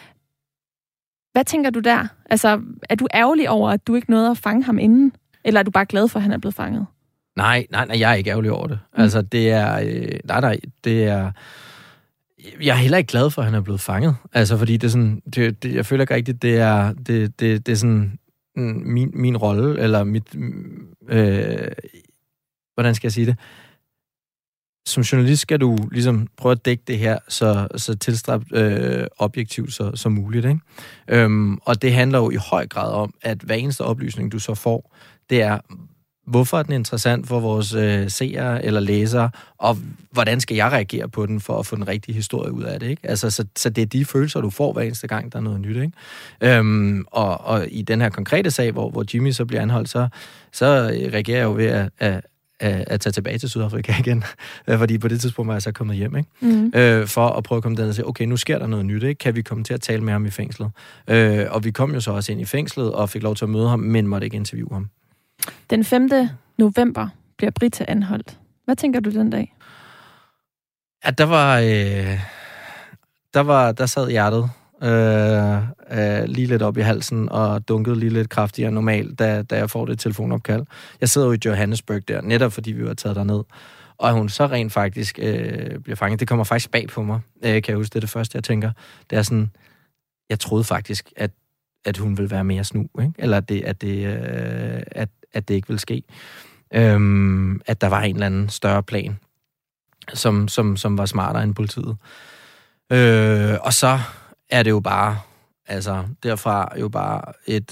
Hvad tænker du der? Altså, er du ærgerlig over, at du ikke nåede at fange ham inden? Eller er du bare glad for, at han er blevet fanget? Nej, nej, nej, jeg er ikke ærgerlig over det. Mm. Altså, det er... Øh, nej, nej, det er... Jeg er heller ikke glad for, at han er blevet fanget. Altså, fordi det er sådan... Det, det, jeg føler ikke rigtigt, det er... Det, det, det er sådan... Min, min rolle, eller mit... Øh, hvordan skal jeg sige det? som journalist skal du ligesom prøve at dække det her så, så tilstræbt øh, objektivt så, som muligt. Ikke? Øhm, og det handler jo i høj grad om, at hver eneste oplysning, du så får, det er, hvorfor er den interessant for vores øh, seere eller læsere, og hvordan skal jeg reagere på den for at få den rigtige historie ud af det, ikke? Altså, så, så det er de følelser, du får hver eneste gang, der er noget nyt, ikke? Øhm, og, og i den her konkrete sag, hvor, hvor Jimmy så bliver anholdt, så, så reagerer jeg jo ved at, at, at, at tage tilbage til Sydafrika igen, fordi på det tidspunkt var jeg så kommet hjem, ikke? Mm. Øh, for at prøve at komme derned og sige, okay, nu sker der noget nyt, ikke? Kan vi komme til at tale med ham i fængslet? Øh, og vi kom jo så også ind i fængslet og fik lov til at møde ham, men måtte ikke interviewe ham. Den femte november bliver Britta anholdt. Hvad tænker du den dag? Ja, der var... Øh, der var... Der sad hjertet øh, øh, lige lidt op i halsen og dunkede lige lidt kraftigere end normalt, da, da jeg får det telefonopkald. Jeg sidder jo i Johannesburg der, netop fordi vi var taget derned. Og hun så rent faktisk øh, bliver fanget. Det kommer faktisk bag på mig, øh, kan jeg huske. Det er det første, jeg tænker. Det er sådan... Jeg troede faktisk, at, at hun ville være mere snu, ikke? Eller at det... At det øh, at at det ikke vil ske. Øhm, at der var en eller anden større plan, som, som, som var smartere end politiet. Øh, og så er det jo bare, altså derfra jo bare et,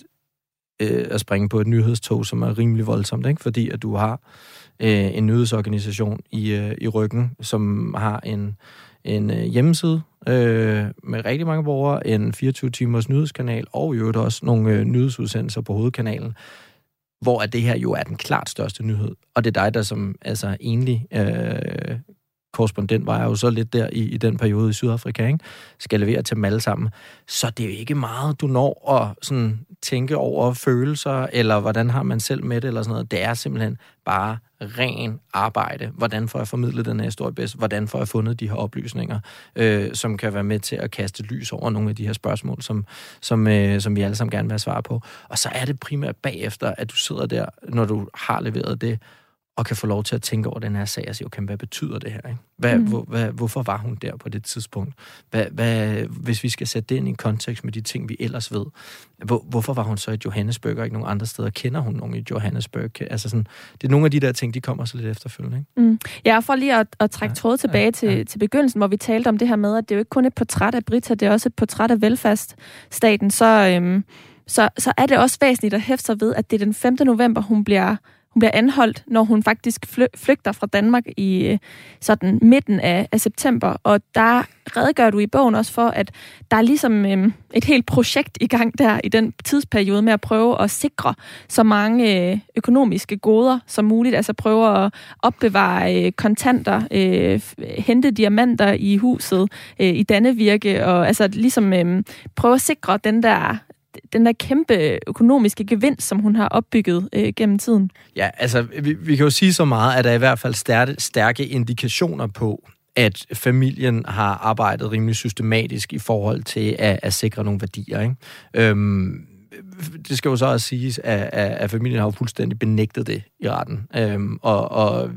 øh, at springe på et nyhedstog, som er rimelig voldsomt, ikke? Fordi at du har øh, en nyhedsorganisation i, øh, i ryggen, som har en, en øh, hjemmeside øh, med rigtig mange borgere, en fireogtyve timers nyhedskanal, og i øvrigt også nogle øh, nyhedsudsendelser på hovedkanalen, hvor det her jo er den klart største nyhed. Og det er dig, der som altså enlig øh, korrespondent, var jeg jo så lidt der i, i den periode i Sydafrika, ikke? Skal levere til dem alle sammen. Så det er jo ikke meget, du når at sådan, tænke over følelser, eller hvordan har man selv med det, eller sådan noget. Det er simpelthen bare ren arbejde. Hvordan får jeg formidlet den her historie bedst? Hvordan får jeg fundet de her oplysninger, øh, som kan være med til at kaste lys over nogle af de her spørgsmål, som, som, øh, som vi alle sammen gerne vil have svar på. Og så er det primært bagefter, at du sidder der, når du har leveret det, og kan få lov til at tænke over den her sag og sige, okay, hvad betyder det her? Ikke? Hvad, mm. hvor, hvad, hvorfor var hun der på det tidspunkt? Hvad, hvad, hvis vi skal sætte det ind i en kontekst med de ting, vi ellers ved, hvor, hvorfor var hun så i Johannesburg og ikke nogen andre steder? Kender hun nogen i Johannesburg? Altså sådan, det er nogle af de der ting, de kommer så lidt efterfølgende. Ikke? Mm. Ja, for lige at, at trække tråd tilbage ja, til, ja. til begyndelsen, hvor vi talte om det her med, at det er jo ikke kun et portræt af Britta, det er også et portræt af velfærdsstaten, så, øhm, så, så er det også væsentligt at hæfte sig ved, at det er den femte november, hun bliver Hun bliver anholdt, når hun faktisk flygter fra Danmark i sådan midten af, af september. Og der redegør du i bogen også for, at der er ligesom øhm, et helt projekt i gang der i den tidsperiode med at prøve at sikre så mange øh, økonomiske goder som muligt. Altså prøve at opbevare øh, kontanter, øh, hente diamanter i huset øh, i Dannevirke, og altså ligesom øh, prøve at sikre den der... den der kæmpe økonomiske gevinst, som hun har opbygget øh, gennem tiden. Ja, altså, vi, vi kan jo sige så meget, at der er i hvert fald stærke, stærke indikationer på, at familien har arbejdet rimelig systematisk i forhold til at, at sikre nogle værdier, ikke? Øhm, det skal jo så også siges, at, at, at familien har jo fuldstændig benægtet det i retten. Øhm, og, og,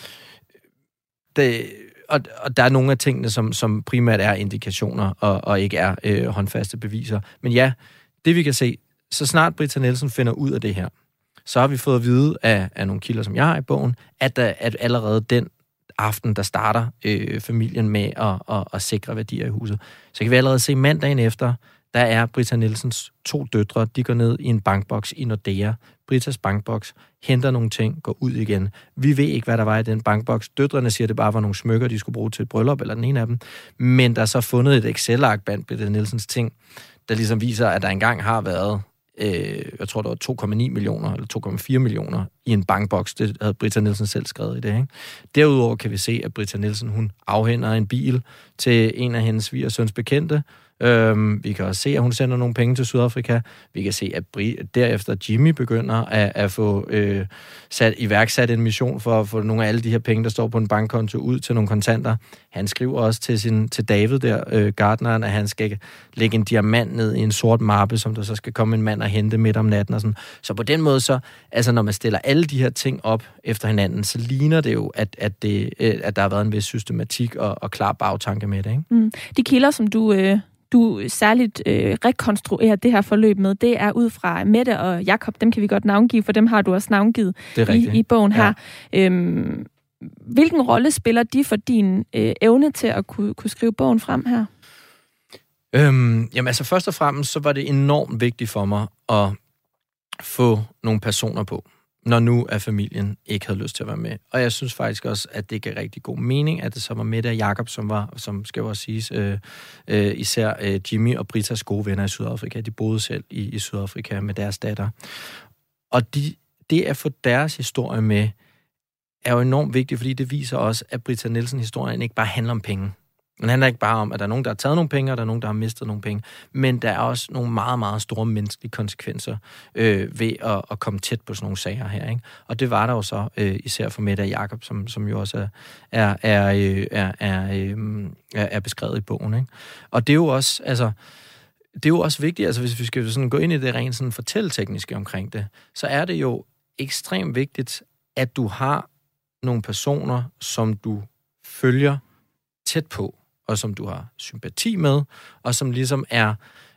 det, og, og der er nogle af tingene, som, som primært er indikationer, og, og ikke er øh, håndfaste beviser. Men ja, det vi kan se, så snart Britta Nielsen finder ud af det her, så har vi fået at vide af, af nogle kilder, som jeg har i bogen, at, der, at allerede den aften, der starter øh, familien med at, at, at sikre værdier i huset, så kan vi allerede se mandagen efter, der er Britta Nielsens to døtre, de går ned i en bankboks i Nordea, Brittas bankboks, henter nogle ting, går ud igen. Vi ved ikke, hvad der var i den bankboks. Døtrene siger, at det bare var nogle smykker, de skulle bruge til et bryllup, eller den ene af dem. Men der er så fundet et Excel-ark blandt Britta Nielsens ting, der ligesom viser, at der engang har været, øh, jeg tror, der var to komma ni millioner, eller to komma fire millioner i en bankboks. Det havde Britta Nielsen selv skrevet i det, ikke? Derudover kan vi se, at Britta Nielsen, hun afhænder en bil til en af hendes svigersøns bekendte. Øhm, vi kan også se, at hun sender nogle penge til Sydafrika. Vi kan se, at Bri- derefter Jimmy begynder at, at få øh, sat, iværksat en mission for at få nogle af alle de her penge, der står på en bankkonto, ud til nogle kontanter. Han skriver også til, sin, til David der, øh, gartneren, at han skal lægge en diamant ned i en sort mappe, som der så skal komme en mand og hente midt om natten og sådan. Så på den måde så, altså når man stiller alle de her ting op efter hinanden, så ligner det jo, at, at, det, øh, at der har været en vis systematik og, og klar bagtanke med det, ikke? Mm. De kilder, som du... Øh du særligt øh, rekonstruerer det her forløb med, det er ud fra Mette og Jakob. Dem kan vi godt navngive, for dem har du også navngivet i, i bogen her. Ja. Øhm, hvilken rolle spiller de for din øh, evne til at kunne, kunne skrive bogen frem her? Øhm, jamen altså først og fremmest, så var det enormt vigtigt for mig at få nogle personer på, når nu er familien ikke havde lyst til at være med. Og jeg synes faktisk også, at det gav rigtig god mening, at det så var Mette og Jakob, som var, som skal jo også siges, øh, øh, især øh, Jimmy og Britas gode venner i Sydafrika. De boede selv i, i Sydafrika med deres datter. Og de, det at få deres historie med, er jo enormt vigtigt, fordi det viser også, at Britta Nielsen-historien ikke bare handler om penge. Den handler ikke bare om, at der er nogen, der har taget nogle penge, og der er nogen, der har mistet nogle penge. Men der er også nogle meget, meget store menneskelige konsekvenser øh, ved at, at komme tæt på sådan nogle sager her. Ikke? Og det var der jo så, øh, især for Mette og Jakob, som, som jo også er, er, er, er, er, er, er beskrevet i bogen. Ikke? Og det er jo også, altså, det er jo også vigtigt, altså hvis vi skal sådan gå ind i det rent sådan fortælletekniske omkring det, så er det jo ekstremt vigtigt, at du har nogle personer, som du følger tæt på, og som du har sympati med, og som ligesom er,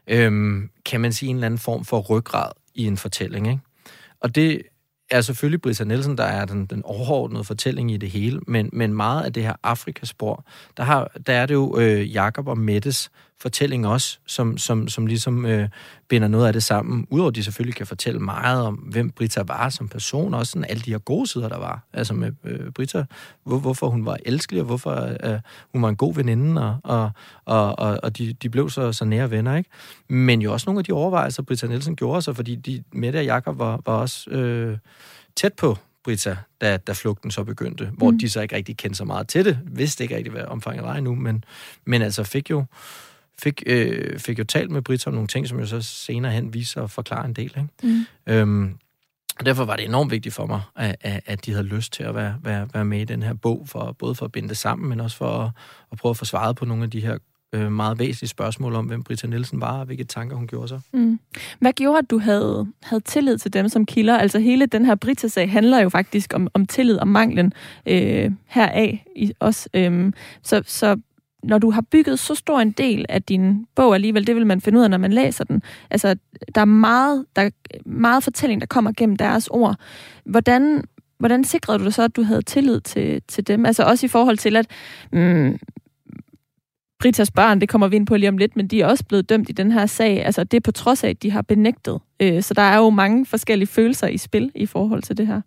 øhm, kan man sige, en eller anden form for ryggrad i en fortælling. Ikke? Og det er selvfølgelig Britta Nielsen, der er den, den overordnede fortælling i det hele, men, men meget af det her Afrikaspor, der, har, der er det jo øh, Jakob og Mettes fortælling også, som, som, som ligesom øh, binder noget af det sammen. Udover at de selvfølgelig kan fortælle meget om, hvem Britta var som person, og også sådan alle de her gode sider, der var. Altså med øh, Britta, hvor, hvorfor hun var elskelig, og hvorfor øh, hun var en god veninde, og, og, og, og, og de, de blev så, så nære venner, ikke? Men jo også nogle af de overvejelser, Britta Nielsen gjorde sig, fordi de, Mette og Jakob var, var også øh, tæt på Britta, da, da flugten så begyndte, hvor mm. de så ikke rigtig kendte så meget til det, vidste ikke rigtig, hvad omfanget var endnu, men, men altså fik jo Fik, øh, fik jo talt med Britta om nogle ting, som jo så senere hen viser at forklare en del. Ikke? Mm. Øhm, og derfor var det enormt vigtigt for mig, at, at de havde lyst til at være, være, være med i den her bog, for, både for at binde det sammen, men også for at, at prøve at få svaret på nogle af de her øh, meget væsentlige spørgsmål om, hvem Britta Nielsen var, og hvilke tanker hun gjorde sig. Mm. Hvad gjorde, at du havde, havde tillid til dem som kilder? Altså hele den her Britta-sag handler jo faktisk om, om tillid og manglen øh, heraf i os. Øh, så, så når du har bygget så stor en del af din bog alligevel, det vil man finde ud af, når man læser den. Altså, der er meget, der er meget fortælling, der kommer gennem deres ord. Hvordan, hvordan sikrede du dig så, at du havde tillid til, til dem? Altså også i forhold til, at mm, Brittas børn, det kommer vi ind på lige om lidt, men de er også blevet dømt i den her sag. Altså det er på trods af, at de har benægtet. Øh, så der er jo mange forskellige følelser i spil i forhold til det her.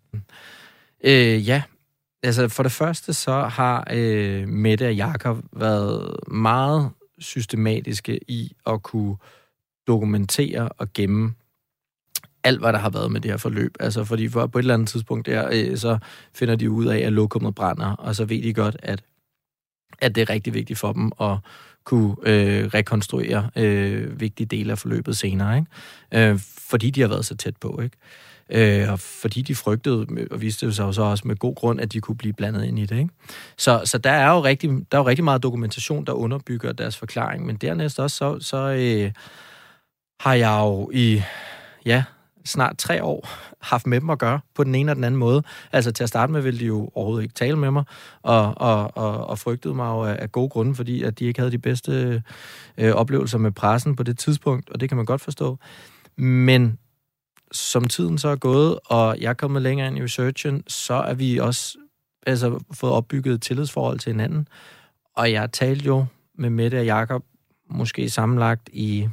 Øh, ja. Altså for det første så har øh, Mette og Jakob været meget systematiske i at kunne dokumentere og gemme alt, hvad der har været med det her forløb. Altså fordi for på et eller andet tidspunkt der, øh, så finder de ud af, at lokummet brænder, og så ved de godt, at, at det er rigtig vigtigt for dem at kunne øh, rekonstruere øh, vigtige dele af forløbet senere, ikke? Øh, fordi de har været så tæt på, ikke? Øh, og fordi de frygtede, og viste sig jo så også med god grund, at de kunne blive blandet ind i det. Ikke? Så, så der er jo rigtig, der er jo rigtig meget dokumentation, der underbygger deres forklaring, men dernæst også, så, så øh, har jeg jo i ja, snart tre år haft med dem at gøre på den ene og den anden måde. Altså til at starte med ville de jo overhovedet ikke tale med mig, og, og, og, og frygtede mig jo af, af gode grunde, fordi at de ikke havde de bedste øh, oplevelser med pressen på det tidspunkt, og det kan man godt forstå. Men som tiden så er gået, og jeg er kommet længere ind i researchen, så er vi også altså, fået opbygget et tillidsforhold til hinanden. Og jeg talte jo med Mette og Jakob måske sammenlagt i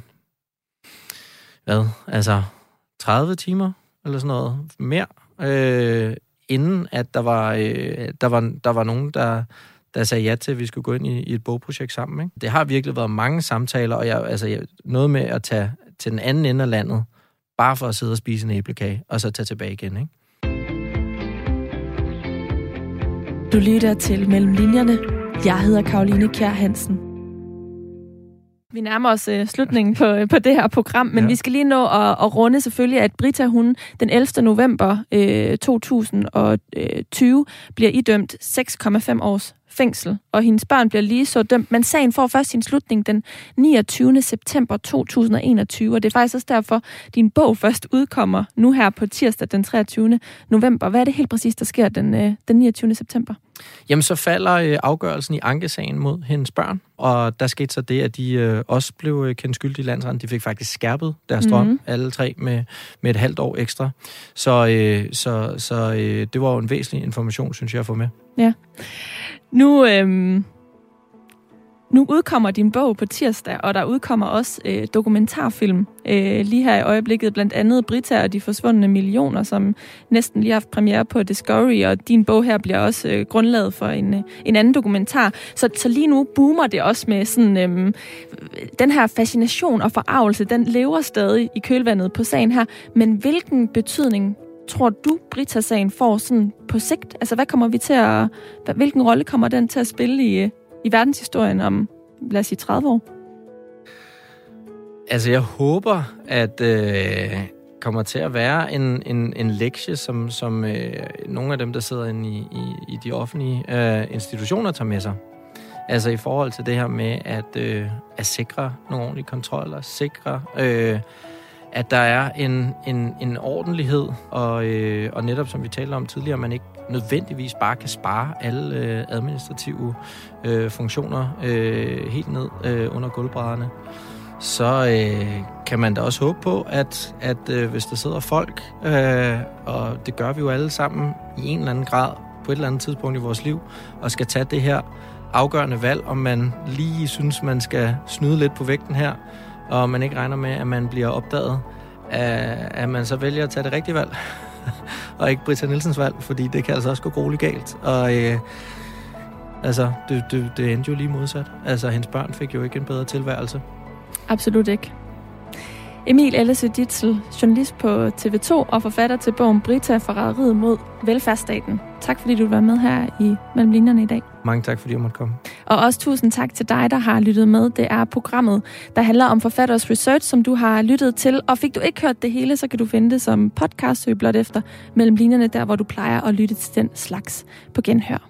hvad? Altså tredive timer eller sådan noget mere, øh, inden at der var, øh, der var, der var nogen, der, der sagde ja til, at vi skulle gå ind i, i et bogprojekt sammen. Ikke? Det har virkelig været mange samtaler, og jeg, altså, jeg, noget med at tage til den anden ende af landet, bare for at sidde og spise en æblekage, og så tage tilbage igen, ikke? Du lytter til Mellem Linjerne. Jeg hedder Karoline Kjær Hansen. Vi nærmer os uh, slutningen på, på det her program, men ja. Vi skal lige nå at, at runde selvfølgelig, at Britta, hun den ellevte november øh, to tusind og tyve bliver idømt seks komma fem års fængsel, og hendes børn bliver lige så dømt, men sagen får først sin slutning den niogtyvende september to tusind og enogtyve, og det er faktisk også derfor, din bog først udkommer nu her på tirsdag den treogtyvende november. Hvad er det helt præcis, der sker den, øh, den niogtyvende september? Jamen, så falder øh, afgørelsen i ankesagen mod hendes børn, og der skete så det, at de øh, også blev øh, kendt skyldige i landsretten. De fik faktisk skærpet deres dom, mm-hmm. alle tre, med, med et halvt år ekstra. Så, øh, så, så øh, det var jo en væsentlig information, synes jeg, at få med. Ja. Nu... Øh... Nu udkommer din bog på tirsdag, og der udkommer også øh, dokumentarfilm øh, lige her i øjeblikket, blandt andet Britta og de forsvundne millioner, som næsten lige har haft premiere på Discovery, og din bog her bliver også øh, grundlaget for en, øh, en anden dokumentar. Så, så lige nu boomer det også med sådan, øh, den her fascination og forarvelse, den lever stadig i kølvandet på sagen her, men hvilken betydning tror du, Britta-sagen får sådan på sigt? Altså, hvad kommer vi til at, hvilken rolle kommer den til at spille i i verdenshistorien om, lad os sige, tredive år? Altså, jeg håber, at øh, kommer til at være en, en, en lektie, som, som øh, nogle af dem, der sidder inde i, i, i de offentlige øh, institutioner, tager med sig. Altså i forhold til det her med at, øh, at sikre nogle ordentlige kontroller, sikre, øh, at der er en, en, en ordentlighed, og, øh, og netop som vi talte om tidligere, man ikke nødvendigvis bare kan spare alle øh, administrative øh, funktioner øh, helt ned øh, under gulvbrædderne. Så øh, kan man da også håbe på, at, at øh, hvis der sidder folk, øh, og det gør vi jo alle sammen i en eller anden grad på et eller andet tidspunkt i vores liv, og skal tage det her afgørende valg, om man lige synes, man skal snyde lidt på vægten her, og man ikke regner med, at man bliver opdaget, at man så vælger at tage det rigtige valg, og ikke Britta Nielsens valg, fordi det kan altså også gå grueligt galt. Og øh, altså, det, det, det endte jo lige modsat. Altså, hendes børn fik jo ikke en bedre tilværelse. Absolut ikke. Emil Ellese Ditzel, journalist på T V to og forfatter til bogen Britta, forræderiet mod velfærdsstaten. Tak fordi du var med her i Mellem Linjerne i dag. Mange tak, fordi jeg måtte komme. Og også tusind tak til dig, der har lyttet med. Det er programmet, der handler om forfatteres research, som du har lyttet til. Og fik du ikke hørt det hele, så kan du finde det som podcast, søg blot efter Mellem Linjerne, der hvor du plejer at lytte til den slags på genhør.